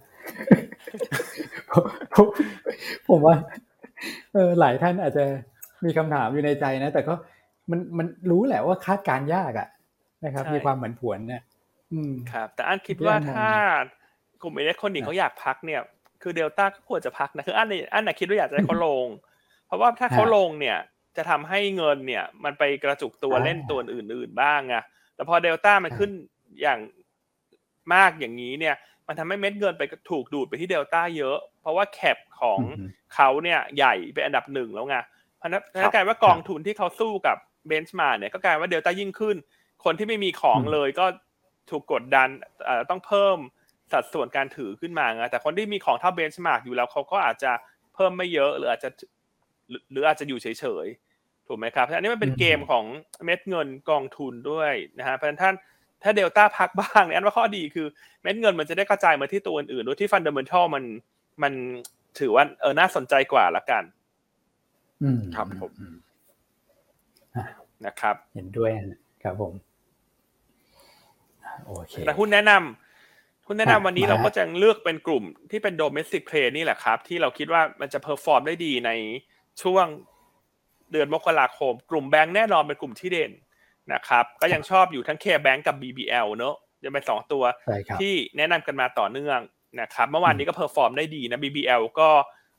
ผมผมว่าเออหลายท่านอาจจะมีคำถามอยู่ในใจนะแต่ก็มันมันรู้แหละว่าคาดการยากอ่ะนะครับมีความผันผวนเนี่ยอืมครับแต่อั้นคิดว่าถ้ากลุ่มอิเล็กทรอนิกส์เขาอยากพักเนี่ยคือเดลต้าก็ควรจะพักนะคืออั้นอั้นน่ะคิดว่าอยากจะให้เขาลงเพราะว่าถ้าเขาลงเนี่ยจะทำให้เงินเนี่ยมันไปกระจุกตัวเล่นตัวอื่นๆบ้างไงแต่พอเดลต้ามันขึ้นอย่างมากอย่างนี้เนี่ยมันทำให้เม็ดเงินไปถูกดูดไปที่เดลต้าเยอะเพราะว่าแคปของเขาเนี่ยใหญ่เป็นอันดับหนึ่งแล้วไงเพราะนั้นกลายว่ากองทุนที่เขาสู้กับเบนช์มาร์กเนี่ยก็กลายว่าเดลต้ายิ่งขึ้นคนที่ไม่มีของเลยก็ถูกกดดันต้องเพิ่มสัดส่วนการถือขึ้นมาไงแต่คนที่มีของเท่าเบนช์มาร์กอยู่แล้วเขาก็อาจจะเพิ่มไม่เยอะหรืออาจจะหรืออาจจะอยู่เฉยๆถูกไหมครับอันนี้มันเป็นเกมของเม็ดเงินกองทุนด้วยนะฮะเพราะฉะนั้นท่านถ้าเดลต้าพักบ้างเนี่ยอันว่าข้อดีคือเม็ดเงินมันจะได้กระจายมาที่ตัวอื่นๆโดยที่ฟันดาเมนทัลมันมันถือว่าเออน่าสนใจกว่าละกันอืมครับผมนะครับเห็นด้วยครับผมโอเคแต่หุ้นแนะนำหุ้นแนะนำวันนี้เราก็จะเลือกเป็นกลุ่มที่เป็น domestic play นี่แหละครับที่เราคิดว่ามันจะเพอร์ฟอร์มได้ดีในช่วงเดือนมกราคมกลุ่มแบงค์แน่นอนเป็นกลุ่มที่เด่นนะครับก็ยังชอบอยู่ทั้ง K-Bank กับ บี บี แอล เนอะจะเป็นสองตัวที่แนะนำกันมาต่อเนื่องนะครับเมื่อวานนี้ก็เพอร์ฟอร์มได้ดีนะ บี บี แอล ก็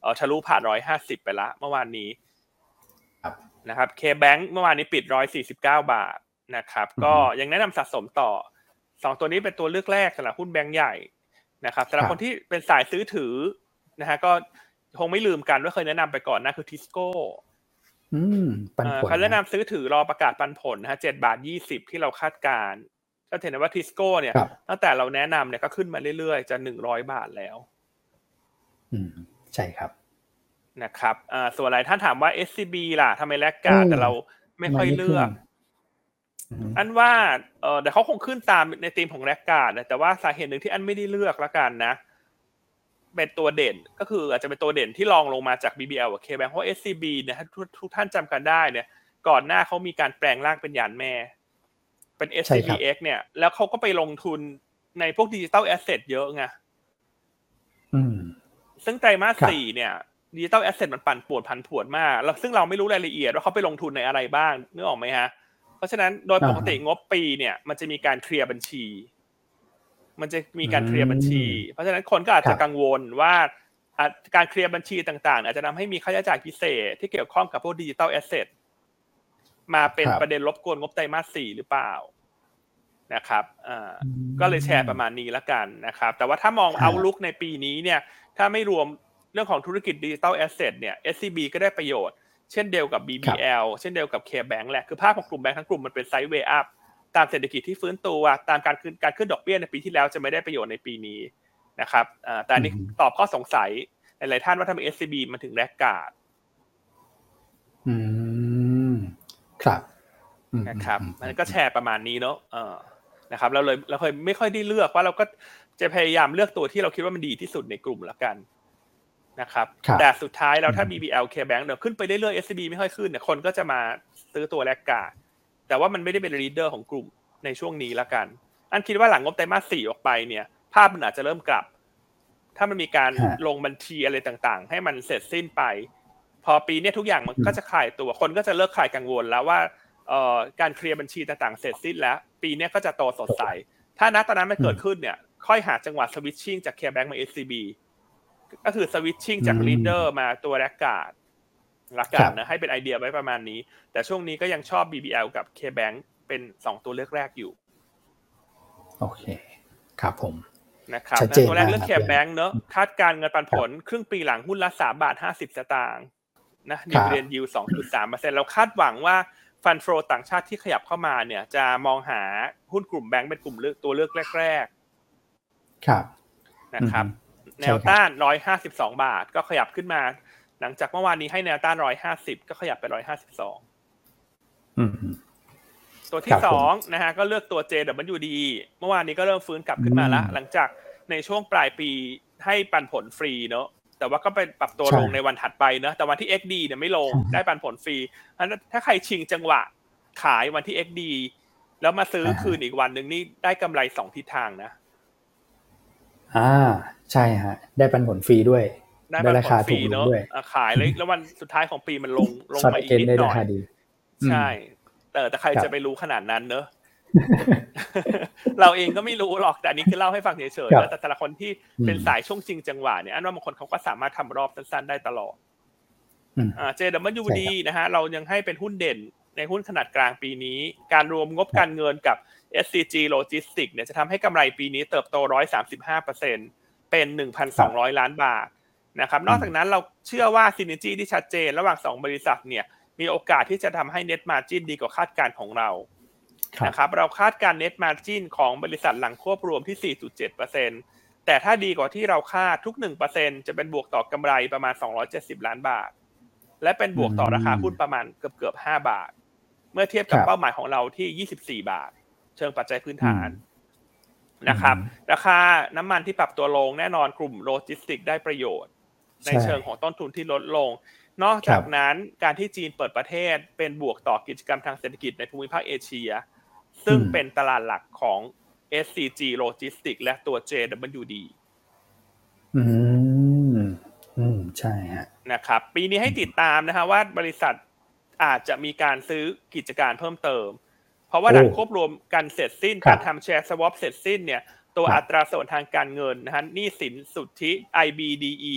เอ่อทะลุผ่านหนึ่งร้อยห้าสิบไปละเมื่อวานนี้ครับนะครับ K-Bank เมื่อวานนี้ปิดหนึ่งร้อยสี่สิบเก้าบาทนะครับก็ยังแนะนำสะสมต่อสองตัวนี้เป็นตัวเลือกแรกสำหรับหุ้นแบงก์ใหญ่นะครับสำหรับคนที่เป็นสายซื้อถือนะฮะก็คงไม่ลืมกันว่าเคยแนะนำไปก่อนนะคือ Tisco อืมปันผลเขาแนะนำซื้อถือรอประกาศปันผลนะฮะเจ็ดบาทยี่สิบที่เราคาดการณ์ก็เห็นว่า Tisco เนี่ยตั้งแต่เราแนะนำเนี่ยก็ขึ้นมาเรื่อยๆจะหนึ่งร้อยบาทแล้วอืมใช่ครับนะครับอ่าส่วนหลายท่านถามว่า เอส ซี บี ล่ะทำไมแลกกาดแต่เราไม่ค่อยเลือกอันว่าเออแต่เขาคงขึ้นตามในธีมของแลกกาดนะแต่ว่าสาเหตุหนึ่งที่อันไม่ได้เลือกละกันนะเป็นตัวเด่นก็คืออาจจะเป็นตัวเด่นที่รองลงมาจาก บี บี แอล กับ K-Bank เพราะ เอส ซี บี เนี่ยทุกทุกท่านจำกันได้เนี่ยก่อนหน้าเขามีการแปลงร่างเป็นยานแม่เป็น เอส ซี บี เอ็กซ์ เนี่ยแล้วเขาก็ไปลงทุนในพวก Digital Asset เยอะไงอืมซึ่งไตรมาสสี่เนี่ย Digital Asset มันปั่นป่วนผันผวนมากแล้วซึ่งเราไม่รู้รายละเอียดว่าเขาไปลงทุนในอะไรบ้างนึกออกไหมฮะเพราะฉะนั้นโดยปกติงบปีเนี่ยมันจะมีการเคลียร์บัญชีมันจะมีการเคลียร์บัญชีเพราะฉะนั้นคนก็อาจจะกังวลว่าการเคลียร์บัญชีต่างๆอาจจะทำให้มีค่าใช้จ่ายพิเศษที่เกี่ยวข้องกับพวก Digital Asset มาเป็นประเด็นรบกวนงบไตรมาสสี่หรือเปล่านะครับอ่าก็เลยแชร์ประมาณนี้ละกันนะครับแต่ว่าถ้ามอง outlook ในปีนี้เนี่ยถ้าไม่รวมเรื่องของธุรกิจ Digital Asset เนี่ย เอส ซี บี ก็ได้ประโยชน์เช่นเดียวกับ บี บี แอล เช่นเดียวกับ K-Bank แหละคือภาพของกลุ่มแบงค์ทั้งกลุ่มมันเป็น Sideway up ตามเศรษฐกิจที่ฟื้นตัวตามการขึ้นการขึ้นดอกเบี้ยในปีที่แล้วจะไม่ได้ประโยชน์ในปีนี้นะครับอ่าแต่อันนี้ตอบข้อสงสัยหลายๆท่านว่าทำไม เอส ซี บี มันถึงแลกกาดอืมครับนะครับมันก็แชร์ประมาณนี้เนาะเออนะครับเราเลยเราเคยไม่ค่อยได้เลือกว่าเราก็จะพยายามเลือกตัวที่เราคิดว่ามันดีที่สุดในกลุ่มละกันนะครับแต่สุดท้ายแล้วถ้า บี บี แอล K-Bank เดี๋ยวขึ้นไปเรื่อยๆ เอส ซี บี ไม่ค่อยขึ้นเนี่ยคนก็จะมาซื้อตัวแลกกาดแต่ว่ามันไม่ได้เป็นลีดเดอร์ของกลุ่มในช่วงนี้ละกันอันคิดว่าหลังงบไตรมาสสี่ออกไปเนี่ยภาพมันอาจจะเริ่มกลับถ้ามันมีการลงบัญชีอะไรต่างๆให้มันเสร็จสิ้นไปพอปีนี้ทุกอย่างมันก็จะคลายตัวคนก็จะเลิกคลายกังวลแล้วว่าเอ่อการเคลียร์บัญชีต่างๆเสร็จสิ้นแล้วปีนี้ก็จะโตสดใสถ้าณตอนนั้นมันเกิดขึ้นเนี่ยค่อยหาจังหวะสวิตชิ่งจาก K-Bank มา เอส ซี บี ก็คือสวิตชิ่งจากลีดเดอร์มาตัวแลกกาดละกันนะให้เป็นไอเดียไว้ประมาณนี้แต่ช่วงนี้ก็ยังชอบ บี บี แอล กับ K-Bank เป็นสองตัวเลือกแรกอยู่โอเคครับผมนะครับตัวแรกเรื่อง K-Bank เนอะคาดการเงินปันผลครึ่งปีหลังหุ้นละสามบาทห้าสิบสตางค์นะ Dividend Yield สองจุดสามเปอร์เซ็นต์ เราคาดหวังว่าฟันโฟลต่างชาติที่ขยับเข้ามาเนี่ยจะมองหาหุ้นกลุ่มแบงก์เป็นกลุ่มเลือกตัวเลือกแรกๆครับนะครับแนวต้านหนึ่งร้อยห้าสิบสองบาทก็ขยับขึ้นมาหลังจากเมื่อวานนี้ให้แนวต้านหนึ่งร้อยห้าสิบก็ขยับไปหนึ่งร้อยห้าสิบสองอืมตัวที่สองนะฮะก็เลือกตัว เจ ดับเบิลยู ดี เมื่อวานนี้ก็เริ่มฟื้นกลับขึ้นมาแล้วหลังจากในช่วงปลายปีให้ปันผลฟรีเนอะแต่ว่าก็เป็นปรับตัวลงในวันถัดไปเนอะแต่วันที่ เอ็กซ์ ดี เนี่ยไม่ลงได้ปันผลฟรีถ้าใครชิงจังหวะขายวันที่ เอ็กซ์ ดี แล้วมาซื้อคืนอีกวันนึงนี่ได้กำไรสองทิศทางนะอ่าใช่ฮะได้ปันผลฟรีด้วยได้ราคาถูกด้วยขายเลยแล้ววันสุดท้ายของปีมันลงลงมาอีกนิดหน่อยใช่แต่แต่ใครจะไปรู้ขนาดนั้นเนอะเราเองก็ไม่รู้หรอกแต่อันนี้คือเล่าให้ฟังเฉยๆแต่แต่ละคนที่เป็นสายช่วงจริงจังหวะเนี่ยอันว่าบางคนเขาก็สามารถทำรอบสั้นๆได้ตลอดอ่า เจ ดับเบิลยู ดี นะฮะเรายังให้เป็นหุ้นเด่นในหุ้นขนาดกลางปีนี้การรวมงบการเงินกับ เอส ซี จี Logistics เนี่ยจะทำให้กำไรปีนี้เติบโต หนึ่งร้อยสามสิบห้าเปอร์เซ็นต์ เป็น หนึ่งพันสองร้อย ล้านบาทนะครับนอกจากนั้นเราเชื่อว่า Synergy ที่ชัดเจนระหว่างสองบริษัทเนี่ยมีโอกาสที่จะทำให้ Net Margin ดีกว่าคาดการณ์ของเรานะครับเราคาดการณ์ Net Margin ของบริษัทหลังควบรวมที่ สี่จุดเจ็ดเปอร์เซ็นต์ แต่ถ้าดีกว่าที่เราคาดทุก หนึ่งเปอร์เซ็นต์ จะเป็นบวกต่อกำไรประมาณสองร้อยเจ็ดสิบล้านบาทและเป็นบวกต่อราคาหุ้นประมาณเกือบๆห้าบาทเมื่อเทียบกับเป้าหมายของเราที่ยี่สิบสี่บาทเชิงปัจจัยพื้นฐานนะครับราคาน้ำมันที่ปรับตัวลงแน่นอนกลุ่มโลจิสติกส์ได้ประโยชน์ในเชิงของต้นทุนที่ลดลงนอกจากนั้นการที่จีนเปิดประเทศเป็นบวกต่อกิจกรรมทางเศรษฐกิจในภูมิภาคเอเชียซึ่งเป็นตลาดหลักของ เอส ซี จี Logistics และตัว เจ ดับเบิลยู ดีอืมอืมใช่ฮะนะครับปีนี้ให้ติดตามนะฮะว่าบริษัทอาจจะมีการซื้อกิจการเพิ่มเติมเพราะว่าหลังควบรวมกันเสร็จสิ้นการทำแชร์สวอปเสร็จสิ้นเนี่ยตัวอัตราส่วนทางการเงินนะฮะหนี้สินสุทธิ ไอ บี ดี อี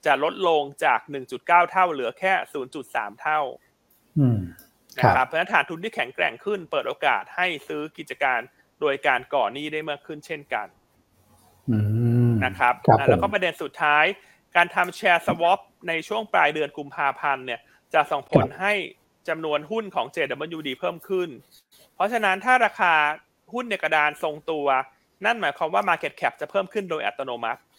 จะลดลงจาก หนึ่งจุดเก้า เท่าเหลือแค่ ศูนย์จุดสาม เท่าอืมนะครับเพราะฉะนั้นฐานทุนที่แข็งแกร่งขึ้นเปิดโอกาสให้ซื้อกิจการโดยการก่อหนี้ได้มากขึ้นเช่นกันนะครับแล้วก็ประเด็นสุดท้ายการทำแชร์สวอปในช่วงปลายเดือนกุมภาพันธ์เนี่ยจะส่งผลให้จำนวนหุ้นของ เจ ดับเบิลยู ดี เพิ่มขึ้นเพราะฉะนั้นถ้าราคาหุ้นในกระดานทรงตัวนั่นหมายความว่า Market Cap จะเพิ่มขึ้นโดยอัตโนมัติ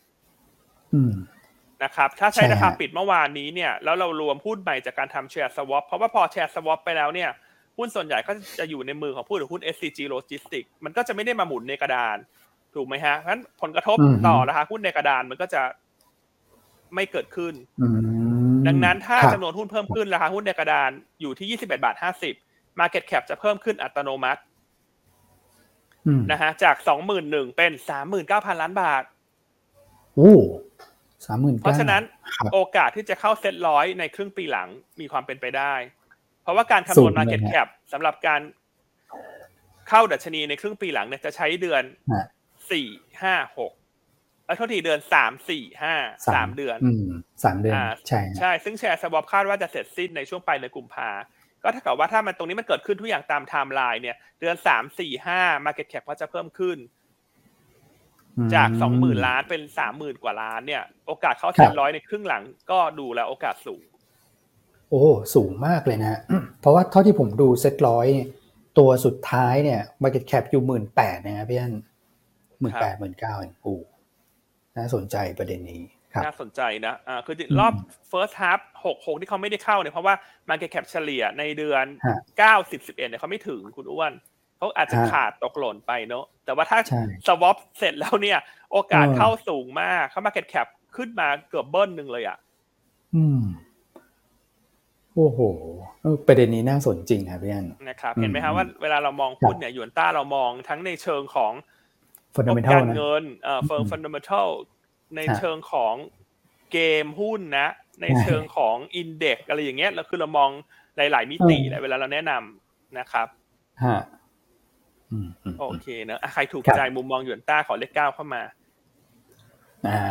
นะครับถ้าใช้ราคาปิดเมื่อวานนี้เนี่ยแล้วเรารวมหุ้นใหม่จากการทำแชร์สวอปเพราะว่าพอแชร์สวอปไปแล้วเนี่ยหุ้นส่วนใหญ่ก็จะอยู่ในมือของผู้ถือหุ้น เอส ซี จี Logistics มันก็จะไม่ได้มาหมุนในกระดานถูกไหมฮะเพราะฉะนั้นผลกระทบต่อราคาหุ้นในกระดานมันก็จะไม่เกิดขึ้นดังนั้นถ้าจำนวนหุ้นเพิ่มขึ้นราคาหุ้นในกระดานอยู่ที่ยี่สิบเอ็ดบาทห้าสิบ Market Cap จะเพิ่มขึ้นอัตโนมัตินะฮะจาก สองหมื่นหนึ่งพัน เป็น สามหมื่นเก้าพัน ล้านบาทโอ้สามหมื่นเพราะฉะนั้นโอกาสที่จะเข้าเซ็ตร้อยในครึ่งปีหลังมีความเป็นไปได้เพราะว่าการคำนวณ Market Cap สำหรับการเข้าดัชนีในครึ่งปีหลังเนี่ยจะใช้เดือนสี่ ห้า หกเอ้ยโทษทีเดือนสาม สี่ ห้า สามเดือนอืมสามเดือนใช่ใช่ซึ่งแชร์สวอปคาดว่าจะเสร็จสิ้นในช่วงปลายเดือนกุมภาก็ถ้าเกิดว่าถ้ามันตรงนี้มันเกิดขึ้นทุกอย่างตามไทม์ไลน์เนี่ยเดือนสาม สี่ ห้า Market Cap ก็จะเพิ่มขึ้นจาก สองหมื่น ล้านเป็น สามหมื่น กว่าล้านเนี่ยโอกาสเข้าเซ็นร้อยในครึ่งหลังก็ดูแล้วโอกาสสูงโอ้สูงมากเลยนะเพราะว่าเท่าที่ผมดูเซ็ตร้อยตัวสุดท้ายเนี่ย Market Cap อยู่ หนึ่งหมื่นแปดพัน นะครับพี่อั้น หนึ่งหมื่นแปดพัน หนึ่งหมื่นเก้าพัน เองโอ้น่าสนใจประเด็นนี้ครับน่าสนใจนะอ่าคือรอบ first half หก หกที่เขาไม่ได้เข้าเนี่ยเพราะว่า Market Cap เฉลี่ยในเดือนเก้า สิบ สิบเอ็ดเนี่ยเขาไม่ถึงคุณอ้วนเขาอาจจะขาดตกหล่นไปเนาะแต่ว่าถ้า swap เสร็จแล้วเนี่ยโอกาสเข้าสูงมากเขา Market Cap ขึ้นมาเกือบเบิ้ลนึงเลยอ่ะอืมโอ้โหประเด็นนี้น่าสนจริงครับพี่อั้นนะครับเห็นไหมครับว่าเวลาเรามองหุ้นเนี่ยหยวนต้าเรามองทั้งในเชิงของ fundamental การเงินเอ่อ firm fundamental ในเชิงของเกมหุ้นนะในเชิงของ index อะไรอย่างเงี้ยแล้วคือเรามองหลายๆมิติแหละเวลาเราแนะนำนะครับฮะโอเคเนอะใครถูกใจมุมมองหยวนต้าขอเลขเก้าเข้ามาอ่า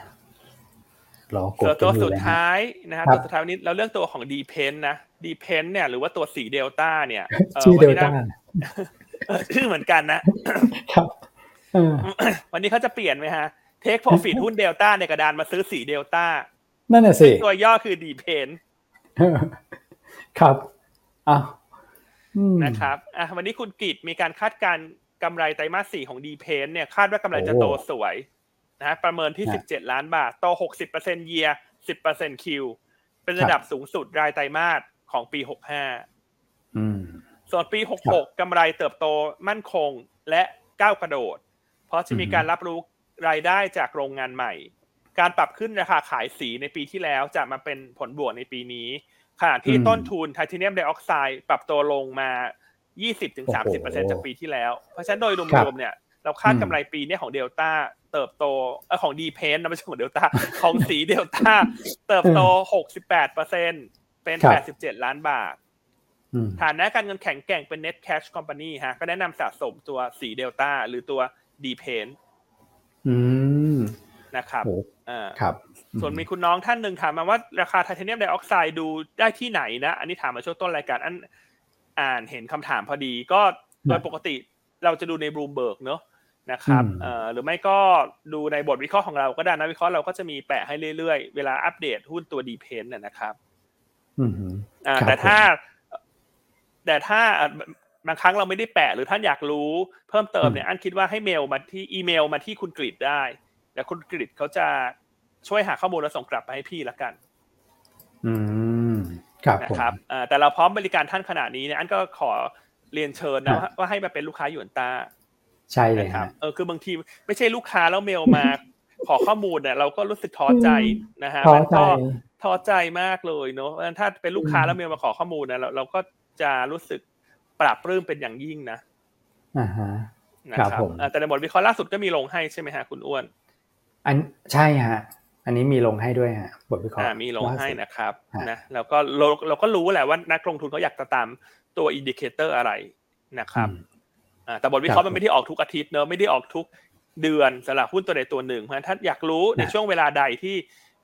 ตัวสุดท้ายนะครับตัวสุดท้ายวันนี้เราเลือกตัวของ Depend นะ Depend เนี่ยหรือว่าตัวสีเดลต้าเนี่ยชื่อเดลต้าชื่อเหมือนกันนะครับวันนี้เขาจะเปลี่ยนไหมฮะ Take Profit หุ้นเดลต้าในกระดานมาซื้อสีเดลต้านั่นน่ะสิตัวย่อคือ Depend ครับอ่ะนะครับอ่ะวันนี้คุณกิตมีการคาดการณ์กำไรไตรมาสสี่ของ Depend เนี่ยคาดว่ากำไรจะโตสวยนะประเมินที่สิบเจ็ดล้านบาทโต หกสิบเปอร์เซ็นต์ year สิบเปอร์เซ็นต์ Q เป็นระดับสูงสุดรายไตรมาสของปีหกสิบห้าอืมส่วนปีหกสิบหกกำไรเติบโตมั่นคงและก้าวกระโดดเพราะจะมีการรับรู้รายได้จากโรงงานใหม่การปรับขึ้นราคาขายสีในปีที่แล้วจะมาเป็นผลบวกในปีนี้ขณะที่ต้นทุนไทเทเนียมไดออกไซด์ปรับตัวลงมา ยี่สิบถึงสามสิบเปอร์เซ็นต์ จากปีที่แล้วเพราะฉะนั้นโดยรวมๆเนี่ยเราคาดกำไรปีนี้ของเดลต้าเติบโตเอ่อของ Depend นะไม่ใช่ของเดลต้าของสีเดลต้าเติบโต หกสิบแปดเปอร์เซ็นต์ เป็นแปดสิบเจ็ดล้านบาทฐานะการเงินแข็งแกร่งเป็น Net Cash Company ฮะก็แนะนำสะสมตัวสีเดลต้าหรือตัว Depend อืมนะครับอ่าครับส่วนมีคุณน้องท่านนึงถามมาว่าราคาไทเทเนียมไดออกไซด์ดูได้ที่ไหนนะอันนี้ถามมาช่วงต้นรายการอันอ่านเห็นคำถามพอดีก็โดยปกติเราจะดูใน Bloomberg เนอะนะครับเอ่อหรือไม่ก็ดูในบทวิเคราะห์ของเราก็ได้นะวิเคราะห์เราก็จะมีแปะให้เรื่อยๆเวลาอัปเดตหุ้นตัว Depend น่ะนะครับอืออ่าแต่ถ้าแต่ถ้าบางครั้งเราไม่ได้แปะหรือท่านอยากรู้เพิ่มเติมเนี่ยอันคิดว่าให้เมลมาที่อีเมลมาที่คุณกฤษได้แต่คุณกฤษเขาจะช่วยหาข้อมูลแล้วส่งกลับไปให้พี่ละกันอืมครับนะครับอ่าแต่เราพร้อมบริการท่านขนาดนี้เนี่ยอันก็ขอเรียนเชิญนะว่าให้มาเป็นลูกค้าหยวนต้าใช่เลยครับเออคือบางทีไม่ใช่ลูกค้าแล้วเมลมาขอข้อมูลเนี่ยเราก็รู้สึกท้อใจนะฮะมันก็ท้อใจมากเลยเนาะถ้าเป็นลูกค้าแล้วเมลมาขอข้อมูลนะเราเราก็จะรู้สึกปรับปลื้มเป็นอย่างยิ่งนะอ่าฮะนะครับแต่ในบทวิเคราะห์ล่าสุดก็มีลงให้ใช่ไหมฮะคุณอ้วนอันใช่ฮะอันนี้มีลงให้ด้วยฮะบทวิเคราะห์มีลงให้นะครับนะแล้วก็เราเราก็รู้แหละว่านักลงทุนเขาอยากจะตามตัวอินดิเคเตอร์อะไรนะครับแต่บทวิเคราะห์มันไม่ได้ออกทุกอาทิตย์เนอะไม่ได้ออกทุกเดือนสำหรับหุ้นตัวใดตัวหนึ่งเพราะฉะนั้นถ้าอยากรู้ในช่วงเวลาใดที่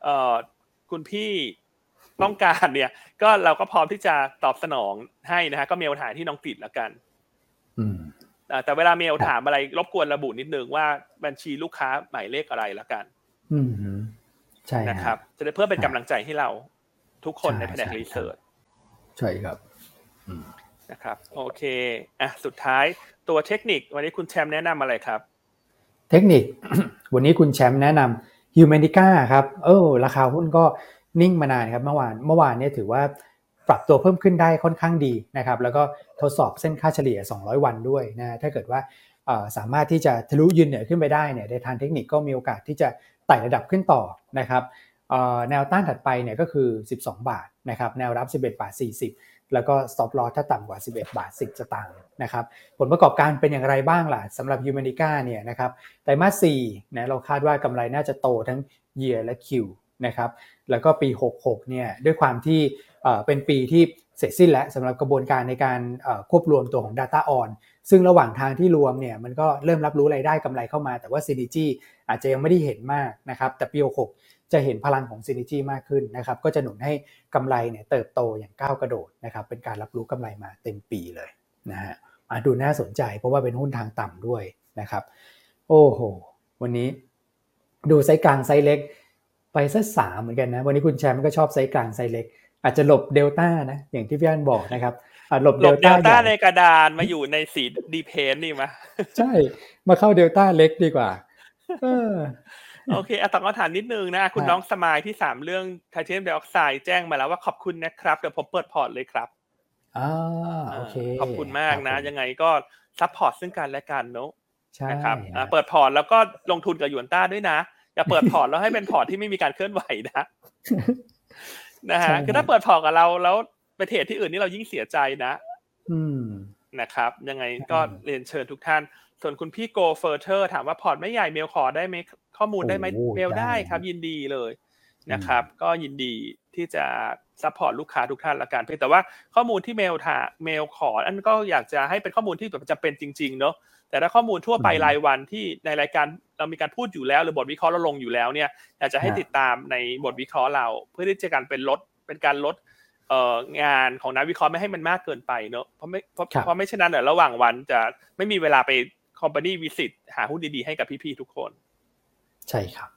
เอ่อคุณพี่ต้องการเนี่ยก็เราก็พร้อมที่จะตอบสนองให้นะฮะก็เมลถามที่น้องกฤษแล้วกันอืมแต่เวลาเมลถามอะไรรบกวนระบุนิดนึงว่าบัญชีลูกค้าหมายเลขอะไรแล้วกันอืมใช่นะครับจะได้เพื่อเป็นกำลังใจให้เราทุกคนในแผนกรีเสิร์ชใช่ครับนะครับโอเคอ่ะสุดท้ายตัวเทคนิควันนี้คุณแชมป์แนะนำอะไรครับเทคนิค วันนี้คุณแชมป์แนะนำ Humanica ครับเออราคาหุ้นก็นิ่งมานานครับเมื่อวานเมื่อวานเนี่ยถือว่าปรับตัวเพิ่มขึ้นได้ค่อนข้างดีนะครับแล้วก็ทดสอบเส้นค่าเฉลี่ยสองร้อยวันด้วยนะถ้าเกิดว่าสามารถที่จะทะลุยืนเหนือขึ้นไปได้เนี่ยในทางเทคนิคก็มีโอกาสที่จะไต่ระดับขึ้นต่อนะครับแนวต้านถัดไปเนี่ยก็คือสิบสองบาทนะครับแนวรับสิบเอ็ดบาทสี่สิบแล้วก็ stop loss ถ้าต่ำกว่าสิบเอ็ดบาทสิบสตางค์นะครับผลประกอบการเป็นอย่างไรบ้างล่ะสำหรับ Humanica เนี่ยนะครับไตรมาสสี่นะเราคาดว่ากำไรน่าจะโตทั้ง year และ Q นะครับแล้วก็ปีหกสิบหกเนี่ยด้วยความที่เอ่อเป็นปีที่เสร็จสิ้นแล้วสำหรับกระบวนการในการเอ่อควบรวมตัวของ Data On ซึ่งระหว่างทางที่รวมเนี่ยมันก็เริ่มรับรู้รายได้กำไรเข้ามาแต่ว่า Synergy อาจจะยังไม่ได้เห็นมากนะครับแต่ปีหกสิบหกจะเห็นพลังของ Synergy มากขึ้นนะครับก็จะหนุนให้กำไรเนี่ยเติบโตอย่างก้าวกระโดดนะครับเป็นการรับรู้กำไรมาเต็มปีเลยนะฮะมาดูน่าสนใจเพราะว่าเป็นหุ้นทางต่ำด้วยนะครับโอ้โหวันนี้ดูไซส์กลางไซส์เล็กไปซะสามเหมือนกันนะวันนี้คุณแชมป์ก็ชอบไซส์กลางไซส์เล็กอาจจะหลบเดลต้านะอย่างที่พี่อันบอกนะครับหลบเดลต้าในกระดานมาอยู่ในสีดีเพนนี่มาใช่มาเข้าเดลต้าเล็กดีกว่าเออโอเคอ่ะตอบคำถามนิดนึงนะคุณน้องสมายที่สามเรื่องไทเทเนียมไดออกไซด์แจ้งมาแล้วว่าขอบคุณนะครับเดี๋ยวผมเปิดพอร์ตเลยครับอ่าโอเคขอบคุณมากนะยังไงก็ซัพพอร์ตซึ่งกันและกันเนาะนะครับเปิดพอร์ตแล้วก็ลงทุนกับหยวนต้าด้วยนะอย่าเปิดพอร์ตแล้วให้เป็นพอร์ตที่ไม่มีการเคลื่อนไหวนะนะฮะคือถ้าเปิดพอร์ตกับเราแล้วไปเทรดที่อื่นนี่เรายิ่งเสียใจนะนะครับยังไงก็เรียนเชิญทุกท่านส่วนคุณพี่โกเฟอร์เทอร์ถามว่าพอร์ตไม่ใหญ่เมลขอได้ไหมข้อมูลได้ไหมเมลได้ครับยินดีเลยนะครับก็ยินดีที่จะซัพพอร์ตลูกค้าทุกท่านละกันเพียงแต่ว่าข้อมูลที่เมลถามเมลขออันก็อยากจะให้เป็นข้อมูลที่แบบจำเป็นจริงๆเนาะแต่ถ้าข้อมูลทั่วไปรายวันที่ในรายการเรามีการพูดอยู่แล้วหรือบทวิเคราะห์เราลงอยู่แล้วเนี่ยอยากจะให้ติดตามในบทวิเคราะห์เราเพื่อที่จะการเป็นลดเป็นการลดเอ่องานของนักวิเคราะห์ไม่ให้มันมากเกินไปเนอะเพราะไม่เพราะเพราะไม่เช่นนั้นเดี๋ยวระหว่างวันจะไม่มีเวลาไป company visit หาหุ้นดีๆให้กับพี่ๆทุกคนใช่ครับ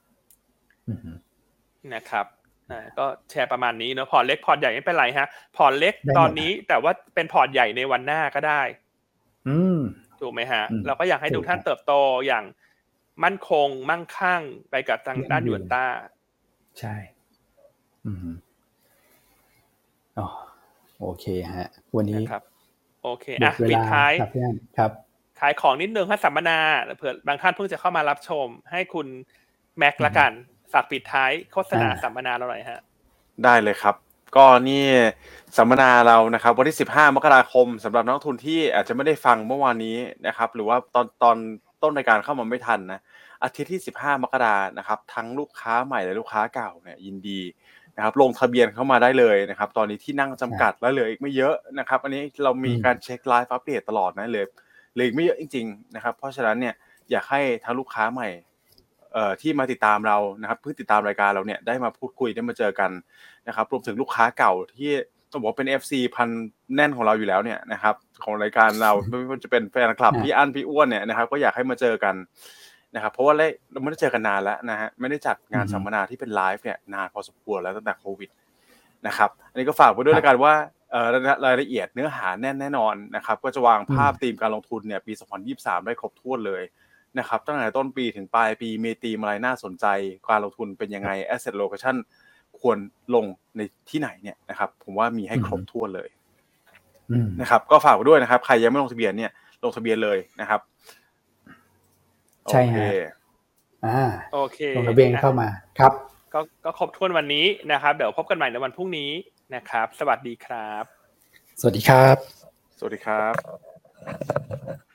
นะครับอ่าก็แชร์ประมาณนี้เนอะพอร์ตเล็กพอร์ตใหญ่ไม่เป็นไรฮะพอร์ตเล็กตอนนี้แต่ว่าเป็นพอร์ตใหญ่ในวันหน้าก็ได้อืมถูกไหมฮะเราก็อยากให้ทุกท่านเติบโตอย่างมั่นคงมั่งคั่งไปกับทางด้านหยวนต้าใช่อืมอ๋อโอเคฮะวันนี้ครับโอเคอ่ะปิดท้ายครับขายของนิดนึงให้สัมมนาเผื่อบางท่านเพิ่งจะเข้ามารับชมให้คุณแม็กละกันฝากปิดท้ายโฆษณาสัมมนาเราหน่อยฮะได้เลยครับก็นี่สัมมนาเรานะครับวันที่สิบห้ามกราคมสำหรับนักทุนที่อาจจะไม่ได้ฟังเมื่อวานนี้นะครับหรือว่าตอนตอนต้นรายการเข้ามาไม่ทันนะอาทิตย์ที่สิบห้ามกรานะครับทั้งลูกค้าใหม่และลูกค้าเก่าเนี่ยยินดีนะครับลงทะเบียนเข้ามาได้เลยนะครับตอนนี้ที่นั่งจำกัดและเหลืออีกไม่เยอะนะครับอันนี้เรามีการเช็คไลฟ์อัปเดตตลอดนะเลยเหลืออีกไม่เยอะจริงๆนะครับเพราะฉะนั้นเนี่ยอยากให้ทั้งลูกค้าใหม่เอ่อที่มาติดตามเรานะครับเพื่อติดตามรายการเราเนี่ยได้มาพูดคุยได้มาเจอกันนะครับรวมถึงลูกค้าเก่าที่ต้องบอกเป็น เอฟ ซี พันแน่นของเราอยู่แล้วเนี่ยนะครับของรายการเราไม่ว่าจะเป็นแฟนคลับพี่อั้นพี่อ้วนเนี่ยนะครับก็อยากให้มาเจอกันนะครับเพราะว่าเราไม่ได้เจอกันนานแล้วนะฮะไม่ได้จัดงานสัมมนาที่เป็นไลฟ์เนี่ยนานพอสมควรแล้วตั้งแต่โควิดนะครับอันนี้ก็ฝากไว้ด้วยแล้วกันว่าเอ่อรายละเอียดเนื้อหาแน่นแน่นอนนะครับก็จะวางภาพธีมการลงทุนเนี่ยปีสองพันยี่สิบสามได้ครบถ้วนเลยนะครับตั้งแต่ต้นปีถึงปลายปีมีธีมอะไรน่าสนใจการลงทุนเป็นยังไง asset allocation ควรลงในที่ไหนเนี่ยนะครับผมว่ามีให้ครบถ้วนเลยนะครับก็ฝากไว้ด้วยนะครับใครยังไม่ลงทะเบียนเนี่ยลงทะเบียนเลยนะครับใช่ฮะอ่าโอเคลงทะเบียนเข้ามาครับก็ก็ครบถ้วนวันนี้นะครับเดี๋ยวพบกันใหม่ในวันพรุ่งนี้นะครับสวัสดีครับสวัสดีครับสวัสดีครับ